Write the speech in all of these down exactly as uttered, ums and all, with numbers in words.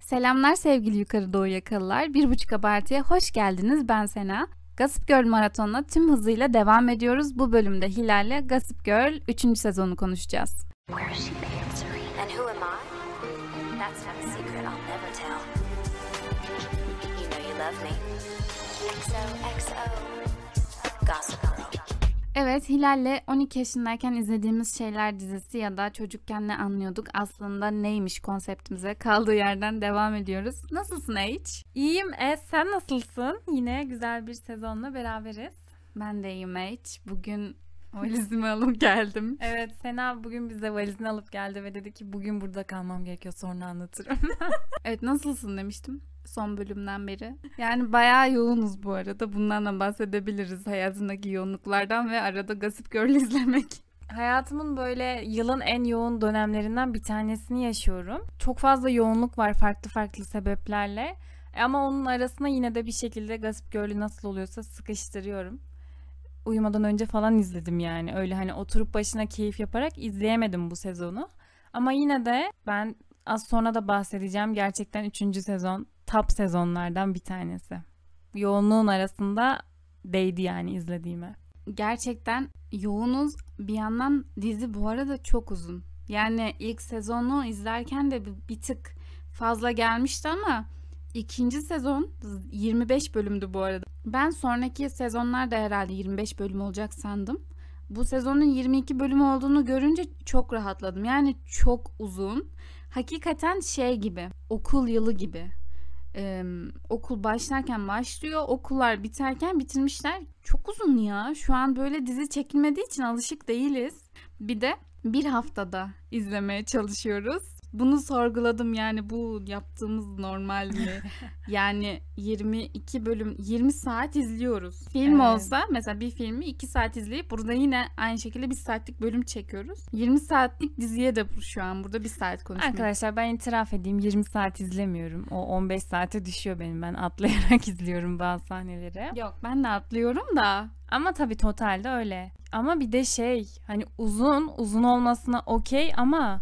Selamlar sevgili Yukarı Doğu Yakalılar. Bir buçuk abartıya hoş geldiniz. Ben Sena. Gossip Girl maratonuna tüm hızıyla devam ediyoruz. Bu bölümde Hilal'le Gossip Girl üçüncü sezonu konuşacağız. Evet, Hilal'le on iki yaşındayken izlediğimiz şeyler dizisi ya da çocukken ne anlıyorduk aslında neymiş konseptimize kaldığı yerden devam ediyoruz. Nasılsın H? İyiyim Es, sen nasılsın? Yine güzel bir sezonla beraberiz. Ben de iyiyim H. Bugün valizimi alıp geldim. Evet, Sena bugün bize valizini alıp geldi ve dedi ki bugün burada kalmam gerekiyor, sonra anlatırım. Evet, nasılsın demiştim son bölümden beri. Yani bayağı yoğunuz bu arada. Bundan da bahsedebiliriz, hayatındaki yoğunluklardan ve arada Gossip Girl izlemek. Hayatımın böyle yılın en yoğun dönemlerinden bir tanesini yaşıyorum. Çok fazla yoğunluk var farklı farklı sebeplerle. Ama onun arasına yine de bir şekilde Gossip Girl'ü nasıl oluyorsa sıkıştırıyorum. Uyumadan önce falan izledim yani. Öyle hani oturup başına keyif yaparak izleyemedim bu sezonu. Ama yine de ben az sonra da bahsedeceğim. Gerçekten üçüncü sezon top sezonlardan bir tanesi. Yoğunluğun arasında değdi yani izlediğime. Gerçekten yoğunuz. Bir yandan dizi bu arada çok uzun. Yani ilk sezonu izlerken de bir, bir tık fazla gelmişti ama ikinci sezon yirmi beş bölümdü bu arada. Ben sonraki sezonlarda herhalde yirmi beş bölüm olacak sandım. Bu sezonun yirmi iki bölüm olduğunu görünce çok rahatladım. Yani çok uzun. Hakikaten şey gibi, okul yılı gibi. Ee, okul başlarken başlıyor, okullar biterken bitirmişler. Çok uzun ya. Şu an böyle dizi çekilmediği için alışık değiliz. Bir de bir haftada izlemeye çalışıyoruz. Bunu sorguladım, yani bu yaptığımız normal mi? Yani yirmi iki bölüm, yirmi saat izliyoruz. Film Evet. olsa mesela bir filmi iki saat izleyip burada yine aynı şekilde bir saatlik bölüm çekiyoruz. yirmi saatlik diziye de şu an burada bir saat konuşuyoruz. Arkadaşlar ben itiraf edeyim, yirmi saat izlemiyorum. O on beş saate düşüyor benim. Ben atlayarak izliyorum bazı sahneleri. Yok, ben de atlıyorum da. Ama tabii totalde öyle. Ama bir de şey, hani uzun uzun olmasına okey ama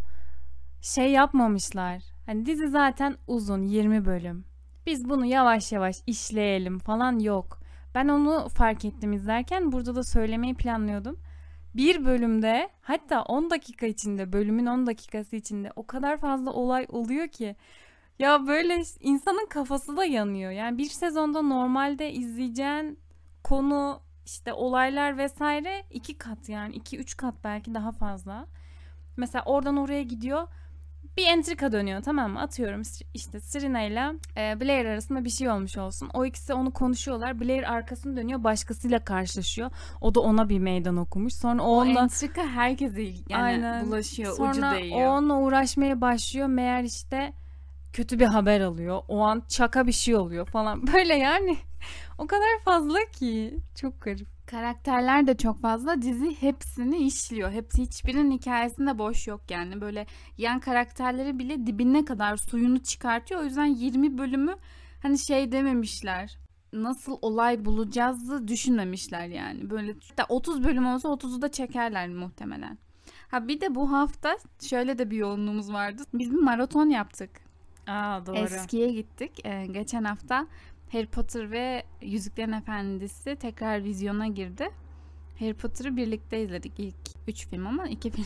şey yapmamışlar. Hani dizi zaten uzun, yirmi bölüm. Biz bunu yavaş yavaş işleyelim falan yok. Ben onu fark ettim izlerken, burada da söylemeyi planlıyordum. Bir bölümde, hatta on dakika içinde, bölümün on dakikası içinde o kadar fazla olay oluyor ki ya böyle insanın kafası da yanıyor. Yani bir sezonda normalde izleyeceğin konu, işte olaylar vesaire iki kat, yani iki üç kat belki daha fazla. Mesela oradan oraya gidiyor. Bir entrika dönüyor, tamam mı? Atıyorum işte Serena ile e, Blair arasında bir şey olmuş olsun. O ikisi onu konuşuyorlar. Blair arkasını dönüyor, başkasıyla karşılaşıyor. O da ona bir meydan okumuş. Sonra o, O onunla entrika herkese yani aynen bulaşıyor, sonra ucu o değiyor. onunla uğraşmaya başlıyor. Meğer işte kötü bir haber alıyor. O an çaka bir şey oluyor falan. Böyle yani o kadar fazla ki. Çok garip. Karakterler de çok fazla, dizi hepsini işliyor. Hepsi, hiçbirinin hikayesinde boş yok yani. Böyle yan karakterleri bile dibine kadar suyunu çıkartıyor. O yüzden yirmi bölümü hani şey dememişler. Nasıl olay bulacağızı düşünmemişler yani. Böyle otuz bölüm olsa otuzu da çekerler muhtemelen. Ha bir de bu hafta şöyle de bir yoğunluğumuz vardı. Biz bir maraton yaptık. Aa, doğru. Eskiye gittik. Ee, geçen hafta Harry Potter ve Yüzüklerin Efendisi tekrar vizyona girdi. Harry Potter'ı birlikte izledik. İlk üç film ama iki film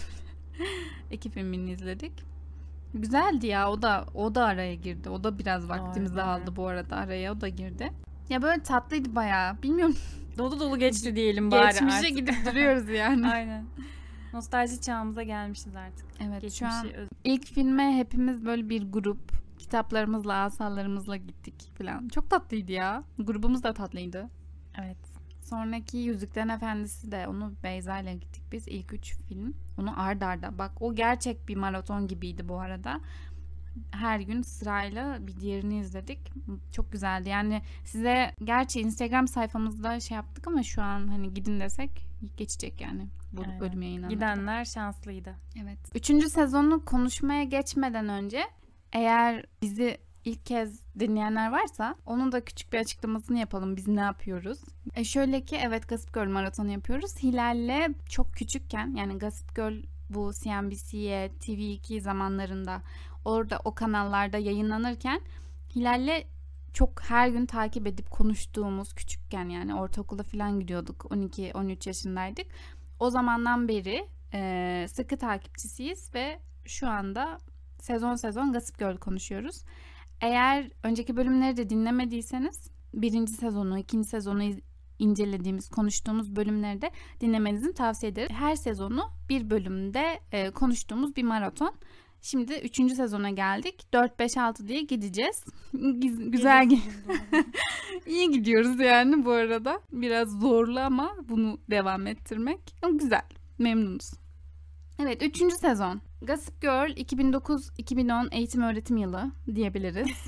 iki filmini izledik. Güzeldi ya. O da o da araya girdi. O da biraz vaktimizi Doğru. aldı bu arada, araya o da girdi. Ya böyle tatlıydı bayağı. Bilmiyorum. Dolu dolu geçti diyelim bari Geçmişe artık. gidip duruyoruz yani. Aynen. Nostalji çağımıza gelmişiz artık. Evet, Geçmişi şu an öz- ilk filme hepimiz böyle bir grup kitaplarımızla, asalarımızla gittik falan. Çok tatlıydı ya. Grubumuz da tatlıydı. Evet. Sonraki Yüzüklerin Efendisi de, onu Beyza ile gittik biz, ilk üç film. Onu ard arda. Bak o gerçek bir maraton gibiydi bu arada. Her gün sırayla bir diğerini izledik. Çok güzeldi. Yani size gerçi Instagram sayfamızda şey yaptık ama şu an hani gidin desek geçecek yani bu Aynen. bölüm yayınlandı. Gidenler şanslıydı. Evet. Üçüncü sezonu konuşmaya geçmeden önce, eğer bizi ilk kez dinleyenler varsa onun da küçük bir açıklamasını yapalım. Biz ne yapıyoruz? E şöyle ki, evet, Gossip Girl maratonu yapıyoruz. Hilal'le çok küçükken, yani Gossip Girl bu C N B C'ye, T V iki zamanlarında orada o kanallarda yayınlanırken Hilal'le çok her gün takip edip konuştuğumuz, küçükken yani ortaokula falan gidiyorduk, on iki on üç yaşındaydık. O zamandan beri e, sıkı takipçisiyiz ve şu anda sezon sezon Gossip Girl konuşuyoruz. Eğer önceki bölümleri de dinlemediyseniz birinci sezonu, ikinci sezonu incelediğimiz, konuştuğumuz bölümleri de dinlemenizi tavsiye ederim. Her sezonu bir bölümde e, konuştuğumuz bir maraton. Şimdi üçüncü sezona geldik. dört beş altı diye gideceğiz. Güzel. İyi gidiyoruz yani bu arada. Biraz zorlu ama bunu devam ettirmek. Ama güzel. Memnunuz. Evet, üçüncü sezon. Gossip Girl iki bin dokuz iki bin on eğitim öğretim yılı diyebiliriz.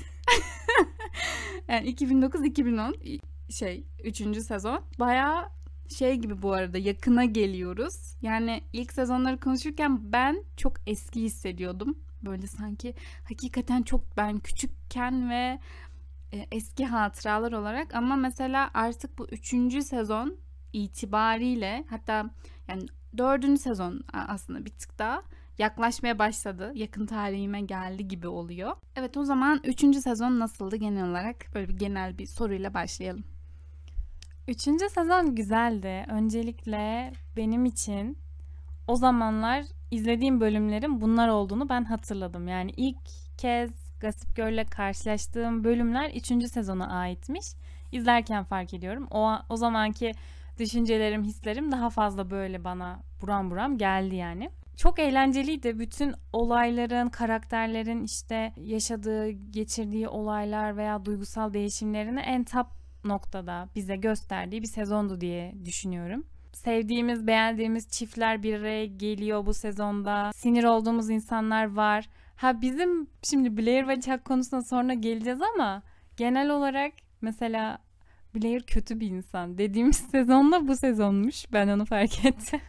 Yani iki bin dokuz iki bin on şey üçüncü sezon. Bayağı şey gibi bu arada, yakına geliyoruz. Yani ilk sezonları konuşurken ben çok eski hissediyordum. Böyle sanki hakikaten çok ben küçükken ve e, eski hatıralar olarak. Ama mesela artık bu üçüncü sezon itibariyle, hatta yani dördüncü sezon aslında bir tık daha yaklaşmaya başladı. Yakın tarihime geldi gibi oluyor. Evet, o zaman üçüncü sezon nasıldı genel olarak? Böyle bir genel bir soruyla başlayalım. Üçüncü sezon güzeldi. Öncelikle benim için o zamanlar izlediğim bölümlerin bunlar olduğunu ben hatırladım. Yani ilk kez Gossip Girl'le karşılaştığım bölümler üçüncü sezona aitmiş. İzlerken fark ediyorum. O, o zamanki düşüncelerim, hislerim daha fazla böyle bana buram buram geldi yani. Çok eğlenceliydi. Bütün olayların, karakterlerin işte yaşadığı, geçirdiği olaylar veya duygusal değişimlerini en top noktada bize gösterdiği bir sezondu diye düşünüyorum. Sevdiğimiz, beğendiğimiz çiftler bir araya geliyor bu sezonda. Sinir olduğumuz insanlar var. Ha bizim şimdi Blair ve Chuck konusuna sonra geleceğiz ama genel olarak mesela Blair kötü bir insan dediğimiz sezonla bu sezonmuş. Ben onu fark ettim.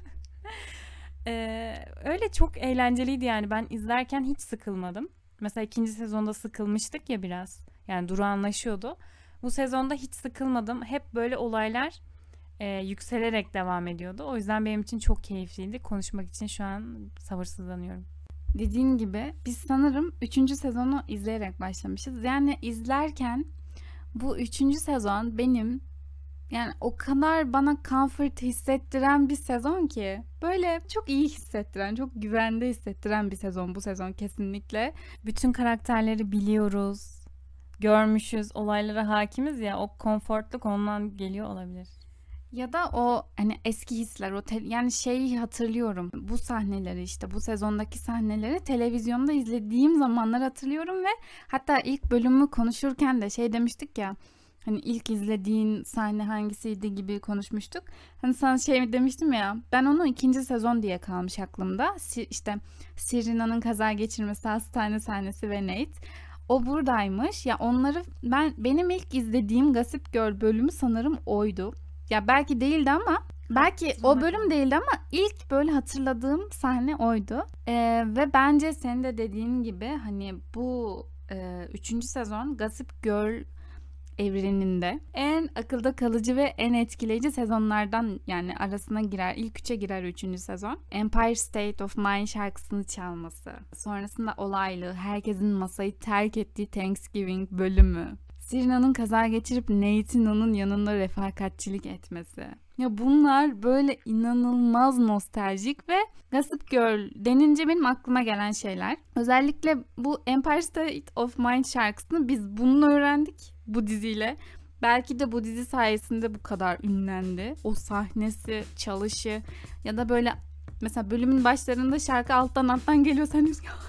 ee, öyle çok eğlenceliydi yani. Ben izlerken hiç sıkılmadım. Mesela ikinci sezonda sıkılmıştık ya biraz. Yani durağanlaşıyordu. Bu sezonda hiç sıkılmadım. Hep böyle olaylar e, yükselerek devam ediyordu. O yüzden benim için çok keyifliydi. Konuşmak için şu an sabırsızlanıyorum. Dediğin gibi biz sanırım üçüncü sezonu izleyerek başlamışız. Yani izlerken bu üçüncü sezon benim yani o kadar bana comfort hissettiren bir sezon ki. Böyle çok iyi hissettiren, çok güvende hissettiren bir sezon bu sezon kesinlikle. Bütün karakterleri biliyoruz. Görmüşüz, olaylara hakimiz ya, o konfortluk ondan geliyor olabilir. Ya da o hani eski hisler, o te- yani şeyi hatırlıyorum. Bu sahneleri, işte bu sezondaki sahneleri televizyonda izlediğim zamanlar hatırlıyorum ve hatta ilk bölümü konuşurken de şey demiştik ya. Hani ilk izlediğin sahne hangisiydi gibi konuşmuştuk. Hani sana şey demiştim ya, ben onu ikinci sezon diye kalmış aklımda. Si- işte Serena'nın kaza geçirmesi, hastane sahnesi ve Nate. O buradaymış. Ya onları ben benim ilk izlediğim Gossip Girl bölümü sanırım oydu. Ya belki değildi ama belki o bölüm değildi ama ilk böyle hatırladığım sahne oydu. Ee, ve bence senin de dediğin gibi hani bu e, üçüncü sezon Gossip Girl evreninde en akılda kalıcı ve en etkileyici sezonlardan yani arasına girer. İlk üçe girer üçüncü sezon. Empire State of Mind şarkısını çalması. Sonrasında olaylı, herkesin masayı terk ettiği Thanksgiving bölümü. Serena'nın kaza geçirip Nate'in onun yanında refakatçilik etmesi. Ya bunlar böyle inanılmaz nostaljik ve Gossip Girl denince benim aklıma gelen şeyler. Özellikle bu Empire State of Mind şarkısını biz bununla öğrendik bu diziyle. Belki de bu dizi sayesinde bu kadar ünlendi. O sahnesi, çalışı ya da böyle mesela bölümün başlarında şarkı alttan alttan geliyor, sen diyorsun ki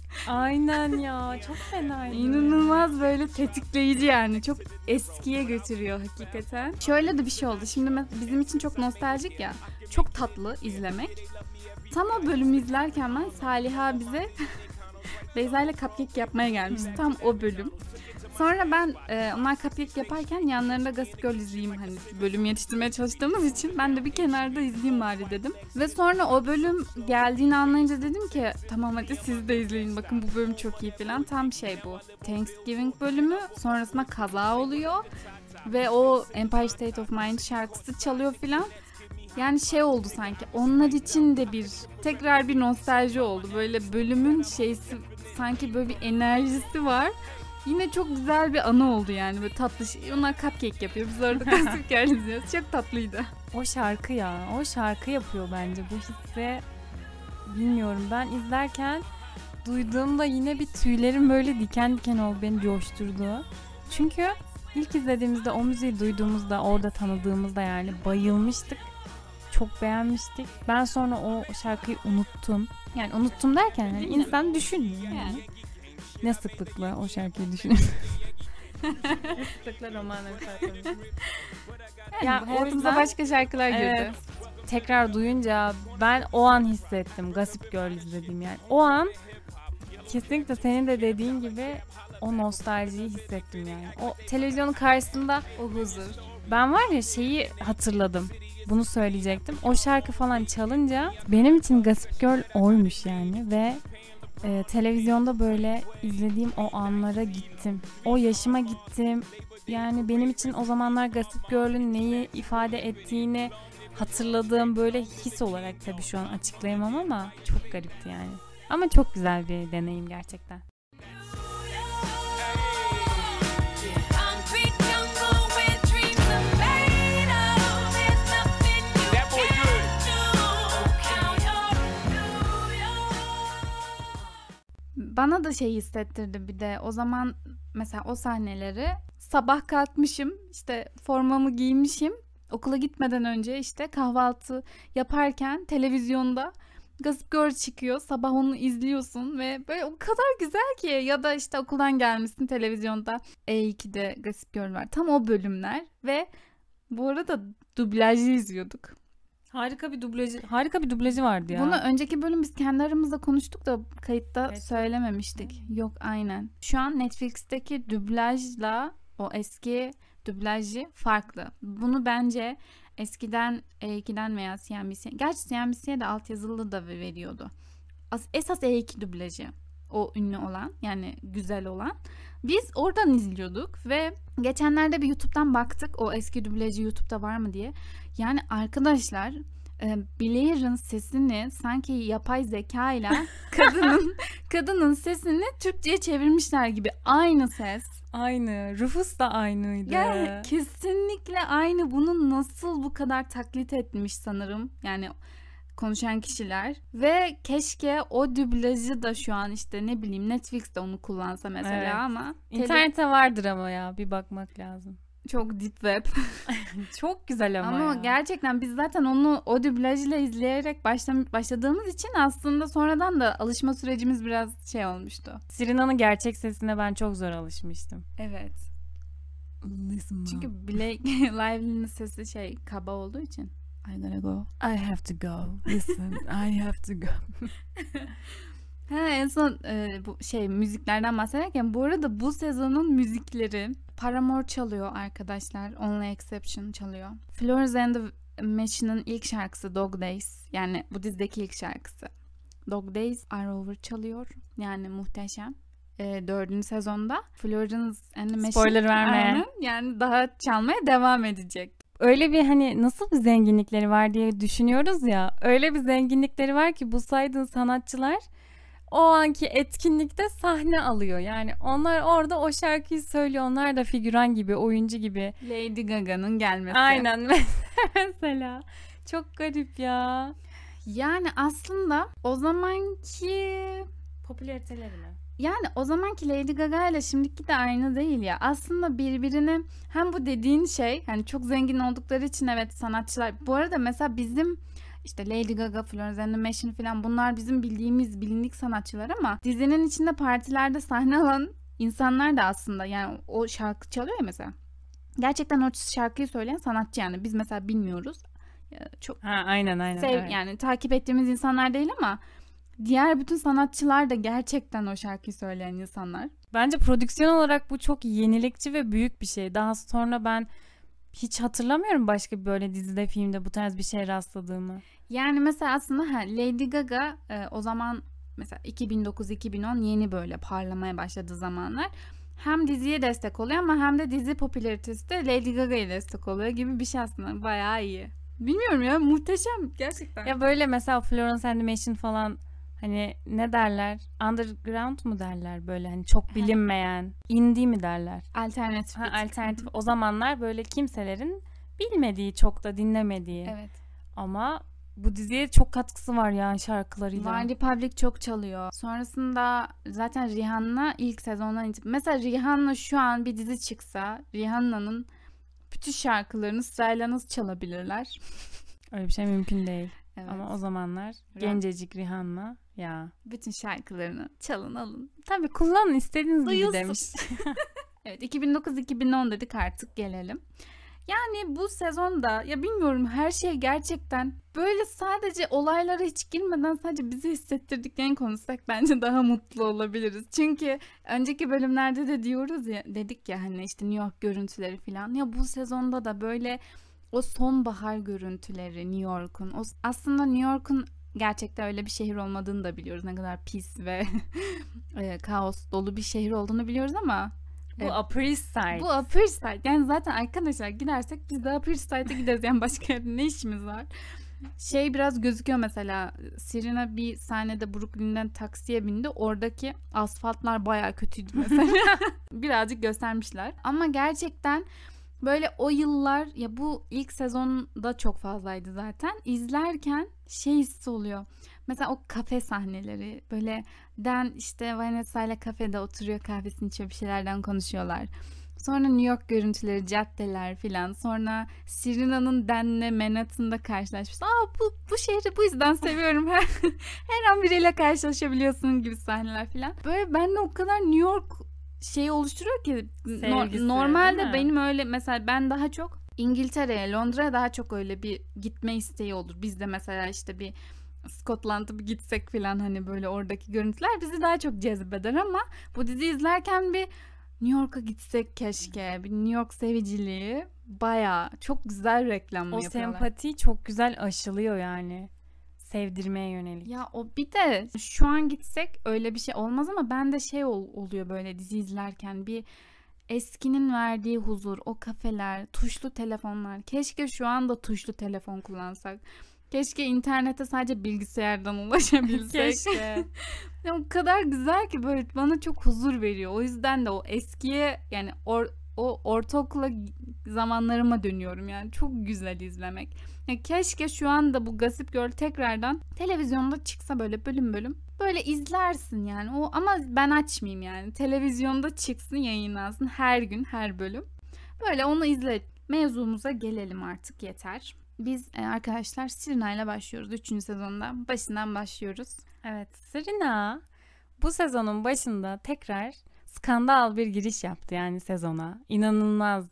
aynen ya, çok fenaydı. İnanılmaz böyle tetikleyici yani. Çok eskiye götürüyor hakikaten. Şöyle de bir şey oldu. Şimdi bizim için çok nostaljik ya. Çok tatlı izlemek. Tam o bölümü izlerken ben Saliha bize Beyza ile cupcake yapmaya gelmişti. Tam o bölüm. Sonra ben e, onlar cupcake yaparken yanlarında Gossip Girl izleyeyim, hani bölüm yetiştirmeye çalıştığımız için ben de bir kenarda izleyeyim bari dedim. Ve sonra o bölüm geldiğini anlayınca dedim ki tamam hadi siz de izleyin, bakın bu bölüm çok iyi falan. Tam şey bu Thanksgiving bölümü, sonrasında kaza oluyor ve o Empire State of Mind şarkısı çalıyor falan. Yani şey oldu sanki onlar için de bir tekrar bir nostalji oldu. Böyle bölümün şeysi sanki böyle bir enerjisi var. Yine çok güzel bir anı oldu yani, böyle tatlı şey. Onlar cupcake yapıyor, biz orada Gossip Girl izliyoruz. Çok tatlıydı. O şarkı ya, o şarkı yapıyor bence bu hissi. Bilmiyorum, ben izlerken duyduğumda yine bir tüylerim böyle diken diken oldu, beni coşturdu. Çünkü ilk izlediğimizde, o müziği duyduğumuzda, orada tanıdığımızda yani bayılmıştık. Çok beğenmiştik. Ben sonra o şarkıyı unuttum. Yani unuttum derken hani insan düşünmüyor yani. yani. Ne sıklıkla o şarkıyı düşünüyorum. Ne sıklıkla romanla bir şarkı. Yani hayatımıza başka şarkılar girdi. Evet, tekrar duyunca ben o an hissettim Gossip Girl izlediğim yani. O an kesinlikle senin de dediğin gibi o nostaljiyi hissettim yani. O televizyonun karşısında o huzur. Ben var ya şeyi hatırladım. Bunu söyleyecektim. O şarkı falan çalınca benim için Gossip Girl oymuş yani ve e, televizyonda böyle izlediğim o anlara gittim. O yaşıma gittim. Yani benim için o zamanlar Gossip Girl'ün neyi ifade ettiğini hatırladığım böyle his olarak tabii şu an açıklayamam ama çok garipti yani. Ama çok güzel bir deneyim gerçekten. Bana da şey hissettirdi bir de o zaman mesela o sahneleri, sabah kalkmışım işte formamı giymişim, okula gitmeden önce işte kahvaltı yaparken televizyonda Gossip Girl çıkıyor, sabah onu izliyorsun ve böyle o kadar güzel ki. Ya da işte okuldan gelmişsin, televizyonda E iki'de Gossip Girl var, tam o bölümler ve bu arada dublajı izliyorduk. Harika bir dublajı, harika bir dublajı vardı ya. Bunu önceki bölüm biz kendi aramızda konuştuk da kayıtta evet. söylememiştik. Yok, aynen. Şu an Netflix'teki dublajla o eski dublajı farklı. Bunu bence eskiden E iki'den veya C N B C, gerçi C N B C'ye de altyazılı da veriyordu. As- esas E iki dublajı, o ünlü olan, yani güzel olan. Biz oradan izliyorduk ve geçenlerde bir YouTube'dan baktık o eski dublajı YouTube'da var mı diye. Yani arkadaşlar, e, Blair'ın sesini sanki yapay zeka ile kadının kadının sesini Türkçe'ye çevirmişler gibi, aynı ses. Aynı. Rufus da aynıydı. Yani kesinlikle aynı. Bunu nasıl bu kadar taklit etmiş sanırım. Yani konuşan kişiler ve keşke o dublajı da şu an işte ne bileyim Netflix'te onu kullansa mesela, evet. Ama internette tele... vardır ama ya bir bakmak lazım. Çok deep web. Çok güzel ama, ama ya. Gerçekten biz zaten onu o dublajıyla izleyerek başlam- başladığımız için aslında sonradan da alışma sürecimiz biraz şey olmuştu. Serena'nın gerçek sesine ben çok zor alışmıştım. Evet. Listen Çünkü Blake Lively'nin sesi şey kaba olduğu için. I gotta go. I have to go. Listen, I have to go. Ha, en son e, bu şey müziklerden bahsederken bu arada bu sezonun müzikleri Paramore çalıyor arkadaşlar. Only Exception çalıyor. Florence and the Machine'ın ilk şarkısı Dog Days. Yani bu dizideki ilk şarkısı. Dog Days Are Over çalıyor. Yani muhteşem. E, dördüncü sezonda Florence and the Machine. Spoiler verme. Yani daha çalmaya devam edecek. Öyle bir hani nasıl bir zenginlikleri var diye düşünüyoruz ya. Öyle bir zenginlikleri var ki bu saydığın sanatçılar o anki etkinlikte sahne alıyor. Yani onlar orada o şarkıyı söylüyor. Onlar da figüran gibi, oyuncu gibi. Lady Gaga'nın gelmesi. Aynen mesela. Çok garip ya. Yani aslında o zamanki popülariteleri mi? Yani o zamanki Lady Gaga ile şimdiki de aynı değil ya. Aslında birbirini, hem bu dediğin şey hani çok zengin oldukları için evet sanatçılar. Bu arada mesela bizim işte Lady Gaga, Florence and the Machine falan, bunlar bizim bildiğimiz bilindik sanatçılar ama dizinin içinde partilerde sahne alan insanlar da aslında, yani o şarkı çalıyor ya mesela. Gerçekten o şarkıyı söyleyen sanatçı yani. Biz mesela bilmiyoruz. Çok ha, aynen aynen. Sev, evet. Yani takip ettiğimiz insanlar değil ama diğer bütün sanatçılar da gerçekten o şarkıyı söyleyen insanlar. Bence prodüksiyon olarak bu çok yenilikçi ve büyük bir şey. Daha sonra ben hiç hatırlamıyorum başka bir böyle dizide, filmde bu tarz bir şeye rastladığımı. Yani mesela aslında ha, Lady Gaga e, o zaman mesela iki bin dokuz iki bin on yeni böyle parlamaya başladığı zamanlar. Hem diziye destek oluyor ama hem de dizi popülaritesi de Lady Gaga'ya destek oluyor gibi bir şey aslında. Bayağı iyi. Bilmiyorum ya, muhteşem gerçekten. Ya böyle mesela Florence and the Machine falan hani ne derler? Underground mu derler böyle hani çok bilinmeyen, indie mi derler? Alternatif. Ha, bir tık. alternatif. O zamanlar böyle kimselerin bilmediği, çok da dinlemediği. Evet. Ama bu diziye çok katkısı var ya şarkılarıyla. One Republic çok çalıyor. Sonrasında zaten Rihanna ilk sezondan itibaren. Mesela Rihanna şu an bir dizi çıksa Rihanna'nın bütün şarkılarını sırayla nasıl çalabilirler? Öyle bir şey mümkün değil. Evet. Ama o zamanlar Rih- gencecik Rihanna ya. Bütün şarkılarını çalın alın. Tabii kullanın istediğiniz gibi Duyulsun. demiş. Evet, iki bin dokuz iki bin on dedik, artık gelelim. Yani bu sezonda ya bilmiyorum, her şey gerçekten böyle sadece olaylara hiç girmeden sadece bizi hissettirdiklerini konuşsak bence daha mutlu olabiliriz. Çünkü önceki bölümlerde de diyoruz ya, dedik ya hani işte New York görüntüleri falan. Ya bu sezonda da böyle o sonbahar görüntüleri New York'un. O, aslında New York'un gerçekten öyle bir şehir olmadığını da biliyoruz. Ne kadar pis ve e, kaos dolu bir şehir olduğunu biliyoruz ama Bu Upper East Side. bu Upper East Side. Yani zaten arkadaşlar gidersek biz de Upper East Side'a gideriz. Yani başka yerde ne işimiz var? Şey biraz gözüküyor mesela. Serena bir sahnede Brooklyn'den taksiye bindi. Oradaki asfaltlar bayağı kötüydü mesela. Birazcık göstermişler. Ama gerçekten böyle o yıllar, ya bu ilk sezonda çok fazlaydı zaten. İzlerken şey hissi oluyor. Mesela o kafe sahneleri, böyle Dan işte Vanessa ile kafede oturuyor, kahvesini içiyor, bir şeylerden konuşuyorlar. Sonra New York görüntüleri, caddeler filan. Sonra Serena'nın Dan'le Manhattan'da karşılaşmış. Aa bu, bu şehri bu yüzden seviyorum. Her, her an biriyle karşılaşabiliyorsun gibi sahneler filan. Böyle bende o kadar New York şeyi oluşturuyor ki. Sevgisi, no- normalde değil mi? benim öyle mesela ben daha çok İngiltere'ye, Londra'ya daha çok öyle bir gitme isteği olur. Biz de mesela işte bir Scotland'a bir gitsek falan, hani böyle oradaki görüntüler bizi daha çok cezbeder ama bu dizi izlerken bir New York'a gitsek keşke. Bir New York seviciliği bayağı çok güzel reklam O yapıyorlar. sempati çok güzel aşılıyor yani. Sevdirmeye yönelik. Ya o bir de şu an gitsek öyle bir şey olmaz ama ben de şey ol- oluyor böyle dizi izlerken, bir eskinin verdiği huzur, o kafeler, tuşlu telefonlar. Keşke şu anda tuşlu telefon kullansak. Keşke internete sadece bilgisayardan ulaşabilsek. Keşke. Ya o kadar güzel ki, böyle bana çok huzur veriyor. O yüzden de o eskiye, yani or, o ortaokula zamanlarıma dönüyorum yani. Çok güzel izlemek. Ya keşke şu anda bu Gossip Girl tekrardan televizyonda çıksa, böyle bölüm bölüm. Böyle izlersin yani. O ama ben açmayayım yani. Televizyonda çıksın, yayınlansın her gün, her bölüm. Böyle onu izle. Mevzumuza gelelim artık, yeter. Biz e, arkadaşlar Serena ile başlıyoruz. Üçüncü sezonda başından başlıyoruz. Evet, Serena bu sezonun başında tekrar skandal bir giriş yaptı yani sezona. İnanılmaz.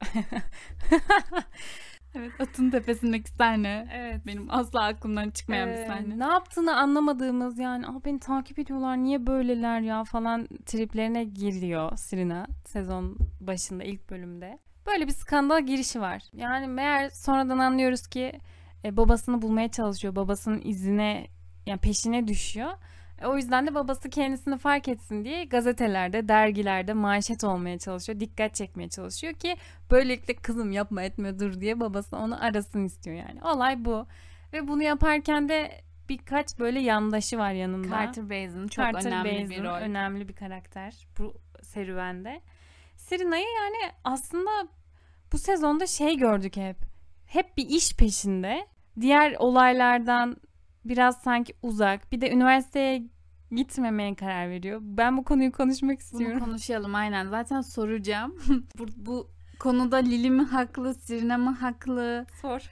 Evet, atın tepesindeki sahne. Evet. Benim asla aklımdan çıkmayan Ee, bir sahne. Ne yaptığını anlamadığımız yani, Aa, beni takip ediyorlar niye böyleler ya falan triplerine giriyor Serena sezon başında, ilk bölümde. Böyle bir skandal girişi var. Yani meğer sonradan anlıyoruz ki e, babasını bulmaya çalışıyor. Babasının izine, yani peşine düşüyor. E, o yüzden de babası kendisini fark etsin diye gazetelerde, dergilerde manşet olmaya çalışıyor. Dikkat çekmeye çalışıyor ki böylelikle kızım yapma etme dur diye babası onu arasın istiyor yani. Olay bu. Ve bunu yaparken de birkaç böyle yandaşı var yanında. Carter Bazin çok Carter önemli Bazin bir rol. önemli bir karakter bu serüvende. Serena'yı yani aslında bu sezonda şey gördük hep. Hep bir iş peşinde. Diğer olaylardan biraz sanki uzak. Bir de üniversiteye gitmemeye karar veriyor. Ben bu konuyu konuşmak istiyorum. Bunu konuşalım aynen. Zaten soracağım. bu, bu konuda Lili mi haklı, Serena mı haklı? Sor.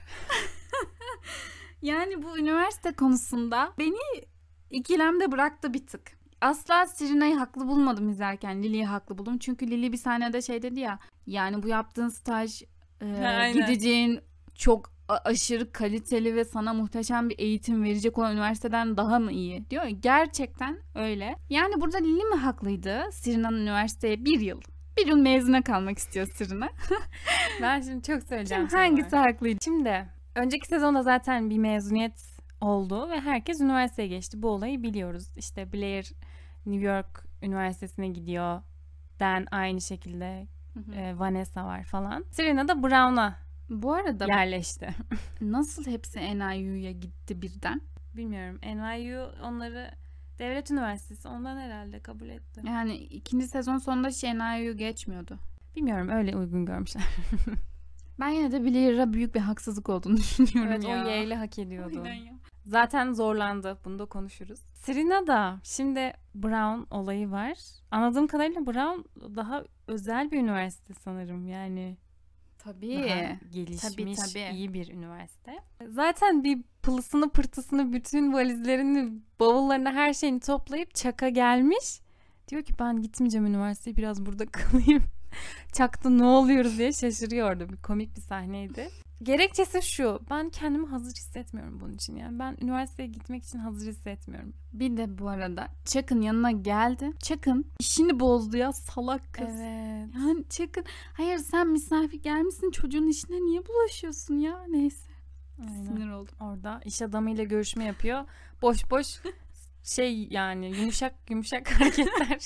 Yani bu üniversite konusunda beni ikilemde bıraktı bir tık. Asla Serena'yı haklı bulmadım izlerken. Lili'yi haklı buldum. Çünkü Lili bir sahnede şey dedi ya. Yani bu yaptığın staj, e, Aynen. gideceğin çok a- aşırı kaliteli ve sana muhteşem bir eğitim verecek olan üniversiteden daha mı iyi diyor. Gerçekten öyle. Yani burada Lili mi haklıydı? Serena'nın üniversiteye bir yıl. Bir yıl mezuna kalmak istiyor Serena. Ben şimdi çok söyleyeceğim. Şimdi hangisi haklıydı? Şimdi önceki sezonda zaten bir mezuniyet oldu ve herkes üniversiteye geçti. Bu olayı biliyoruz. İşte Blair New York Üniversitesi'ne gidiyor. Dan aynı şekilde. e, Vanessa var falan. Serena da Brown'a Bu arada yerleşti. nasıl hepsi N I U'ya gitti birden? bilmiyorum. N Y U onları devlet üniversitesi ondan herhalde kabul etti. Yani ikinci sezon sonunda hiç N Y U geçmiyordu. Bilmiyorum, öyle uygun görmüşler. Ben yine de Blair'a büyük bir haksızlık olduğunu düşünüyorum Evet, ya. o Yale'i hak ediyordu. Aynen ya. Zaten zorlandı. Bunu da konuşuruz. Serena da şimdi Brown olayı var. Anladığım kadarıyla Brown daha özel bir üniversite sanırım. Yani Tabii. daha gelişmiş, Tabii, tabii. iyi bir üniversite. Zaten bir pılısını pırtısını, bütün valizlerini, bavullarını, her şeyini toplayıp Chuck'a gelmiş. Diyor ki ben gitmeyeceğim üniversiteye, biraz burada kalayım. Chuck da ne oluyoruz diye şaşırıyor orada. Bir komik bir sahneydi. Gerekçesi şu: ben kendimi hazır hissetmiyorum bunun için. Yani ben üniversiteye gitmek için hazır hissetmiyorum. Bir de bu arada Chuck'ın yanına geldi. Chuck'ın işini bozdu ya, salak kız. Evet. Yani Chuck'ın, hayır sen misafir gelmişsin, çocuğun işine niye bulaşıyorsun ya? Neyse. Aynen. Sinir oldum. Orada iş adamıyla görüşme yapıyor. Boş boş şey, yani yumuşak yumuşak hareketler.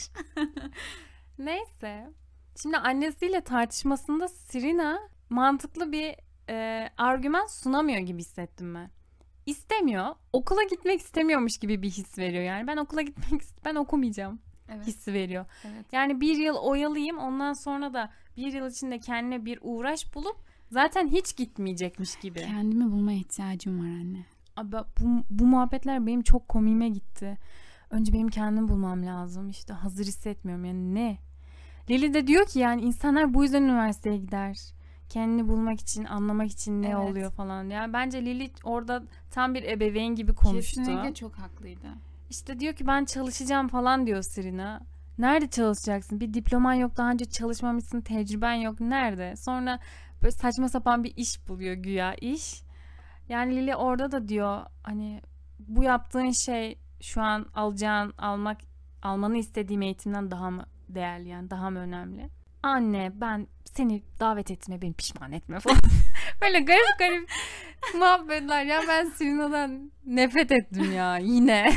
Neyse. Şimdi annesiyle tartışmasında Serena mantıklı bir e, argüman sunamıyor gibi hissettim ben. İstemiyor. Okula gitmek istemiyormuş gibi bir his veriyor. Yani ben okula gitmek ben okumayacağım Evet. hissi veriyor. Evet. Yani bir yıl oyalayayım, ondan sonra da bir yıl içinde kendine bir uğraş bulup zaten hiç gitmeyecekmiş gibi. Kendimi bulmaya ihtiyacım var anne. Abi bu, bu muhabbetler benim çok komiğime gitti. Önce benim kendimi bulmam lazım. İşte hazır hissetmiyorum. Yani ne? Lily de diyor ki yani insanlar bu yüzden üniversiteye gider. Kendini bulmak için, anlamak için ne Evet. oluyor falan. Yani bence Lily orada tam bir ebeveyn gibi konuştu. Kesinlikle çok haklıydı. İşte diyor ki ben çalışacağım falan diyor Serena. Nerede çalışacaksın? Bir diploman yok, daha önce çalışmamışsın, tecrüben yok. Nerede? Sonra böyle saçma sapan bir iş buluyor, güya iş. Yani Lily orada da diyor hani bu yaptığın şey şu an alacağın, almak almanı istediğim eğitimden daha mı değerli, yani daha mı önemli? Anne ben seni davet etme, beni pişman etme falan. Böyle garip garip muhabbetler. Ya ben Serena'dan nefret ettim ya yine.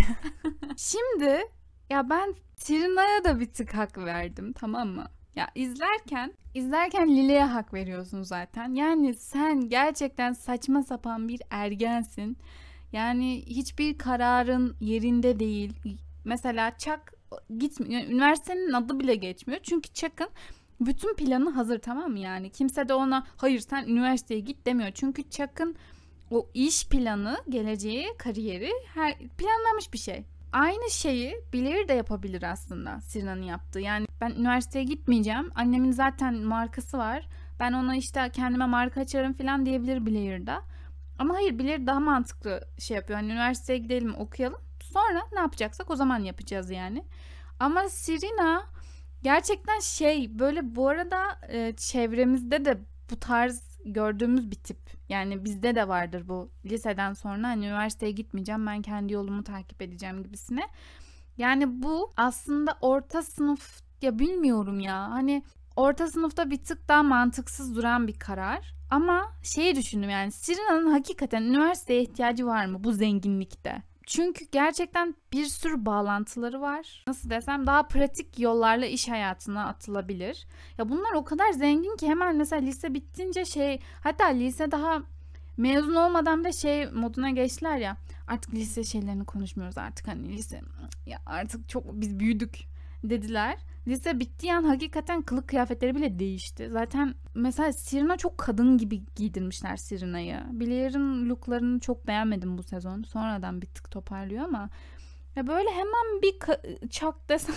Şimdi ya ben Serena'ya da bir tık hak verdim, tamam mı? Ya izlerken izlerken Lily'ye hak veriyorsun zaten. Yani sen gerçekten saçma sapan bir ergensin. Yani hiçbir kararın yerinde değil. Mesela Chuck gitmiyor. Yani üniversitenin adı bile geçmiyor. Çünkü Chuck'ın bütün planı hazır, tamam mı? Yani kimse de ona hayır sen üniversiteye git demiyor. Çünkü Chuck'ın o iş planı, geleceği, kariyeri her planlamış bir şey. Aynı şeyi Blair de yapabilir aslında, Serena'nın yaptığı. Yani ben üniversiteye gitmeyeceğim. Annemin zaten markası var. Ben ona işte kendime marka açarım falan diyebilir Blair da. Ama hayır, Blair daha mantıklı şey yapıyor. Hani üniversiteye gidelim, okuyalım. Sonra ne yapacaksak o zaman yapacağız yani. Ama Serena gerçekten şey böyle, bu arada e, çevremizde de bu tarz gördüğümüz bir tip. Yani bizde de vardır bu, liseden sonra hani üniversiteye gitmeyeceğim, ben kendi yolumu takip edeceğim gibisine. Yani bu aslında orta sınıf, ya bilmiyorum ya, hani orta sınıfta bir tık daha mantıksız duran bir karar. Ama şeyi düşündüm, yani Serena'nın hakikaten üniversiteye ihtiyacı var mı bu zenginlikte? Çünkü gerçekten bir sürü bağlantıları var. Nasıl desem, daha pratik yollarla iş hayatına atılabilir. Ya bunlar o kadar zengin ki hemen mesela lise bittince şey, hatta lise daha mezun olmadan da şey moduna geçtiler ya. Artık lise şeylerini konuşmuyoruz artık, hani lise ya artık çok biz büyüdük dediler. Lise bittiği an hakikaten kılık kıyafetleri bile değişti. Zaten mesela Serena çok kadın gibi giydirmişler Serena'yı. Blair'ın looklarını çok beğenmedim bu sezon. Sonradan bir tık toparlıyor ama ya böyle hemen bir ka- çak desem.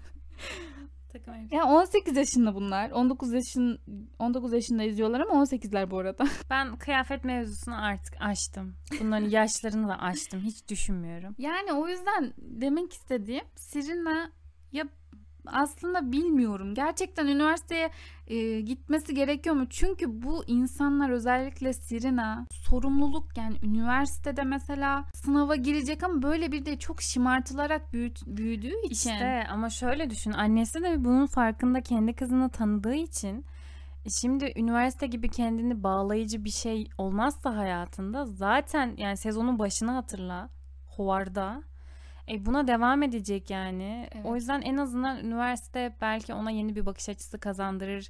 Ya on sekiz yaşında bunlar. on dokuz yaşın on dokuz yaşında izliyorlar ama on sekizler bu arada. Ben kıyafet mevzusunu artık aştım. Bunların yaşlarını da aştım. Hiç düşünmüyorum. Yani o yüzden demek istediğim, Serena ya aslında bilmiyorum. Gerçekten üniversiteye e, gitmesi gerekiyor mu? Çünkü bu insanlar, özellikle Serena, sorumluluk, yani üniversitede mesela sınava girecek ama böyle bir de çok şımartılarak büyüt, büyüdüğü için. İşte ama şöyle düşün. Annesi de bunun farkında, kendi kızını tanıdığı için. Şimdi üniversite gibi kendini bağlayıcı bir şey olmazsa hayatında, zaten yani sezonun başını hatırla. Howard'da. E buna devam edecek yani. Evet. O yüzden en azından üniversite belki ona yeni bir bakış açısı kazandırır.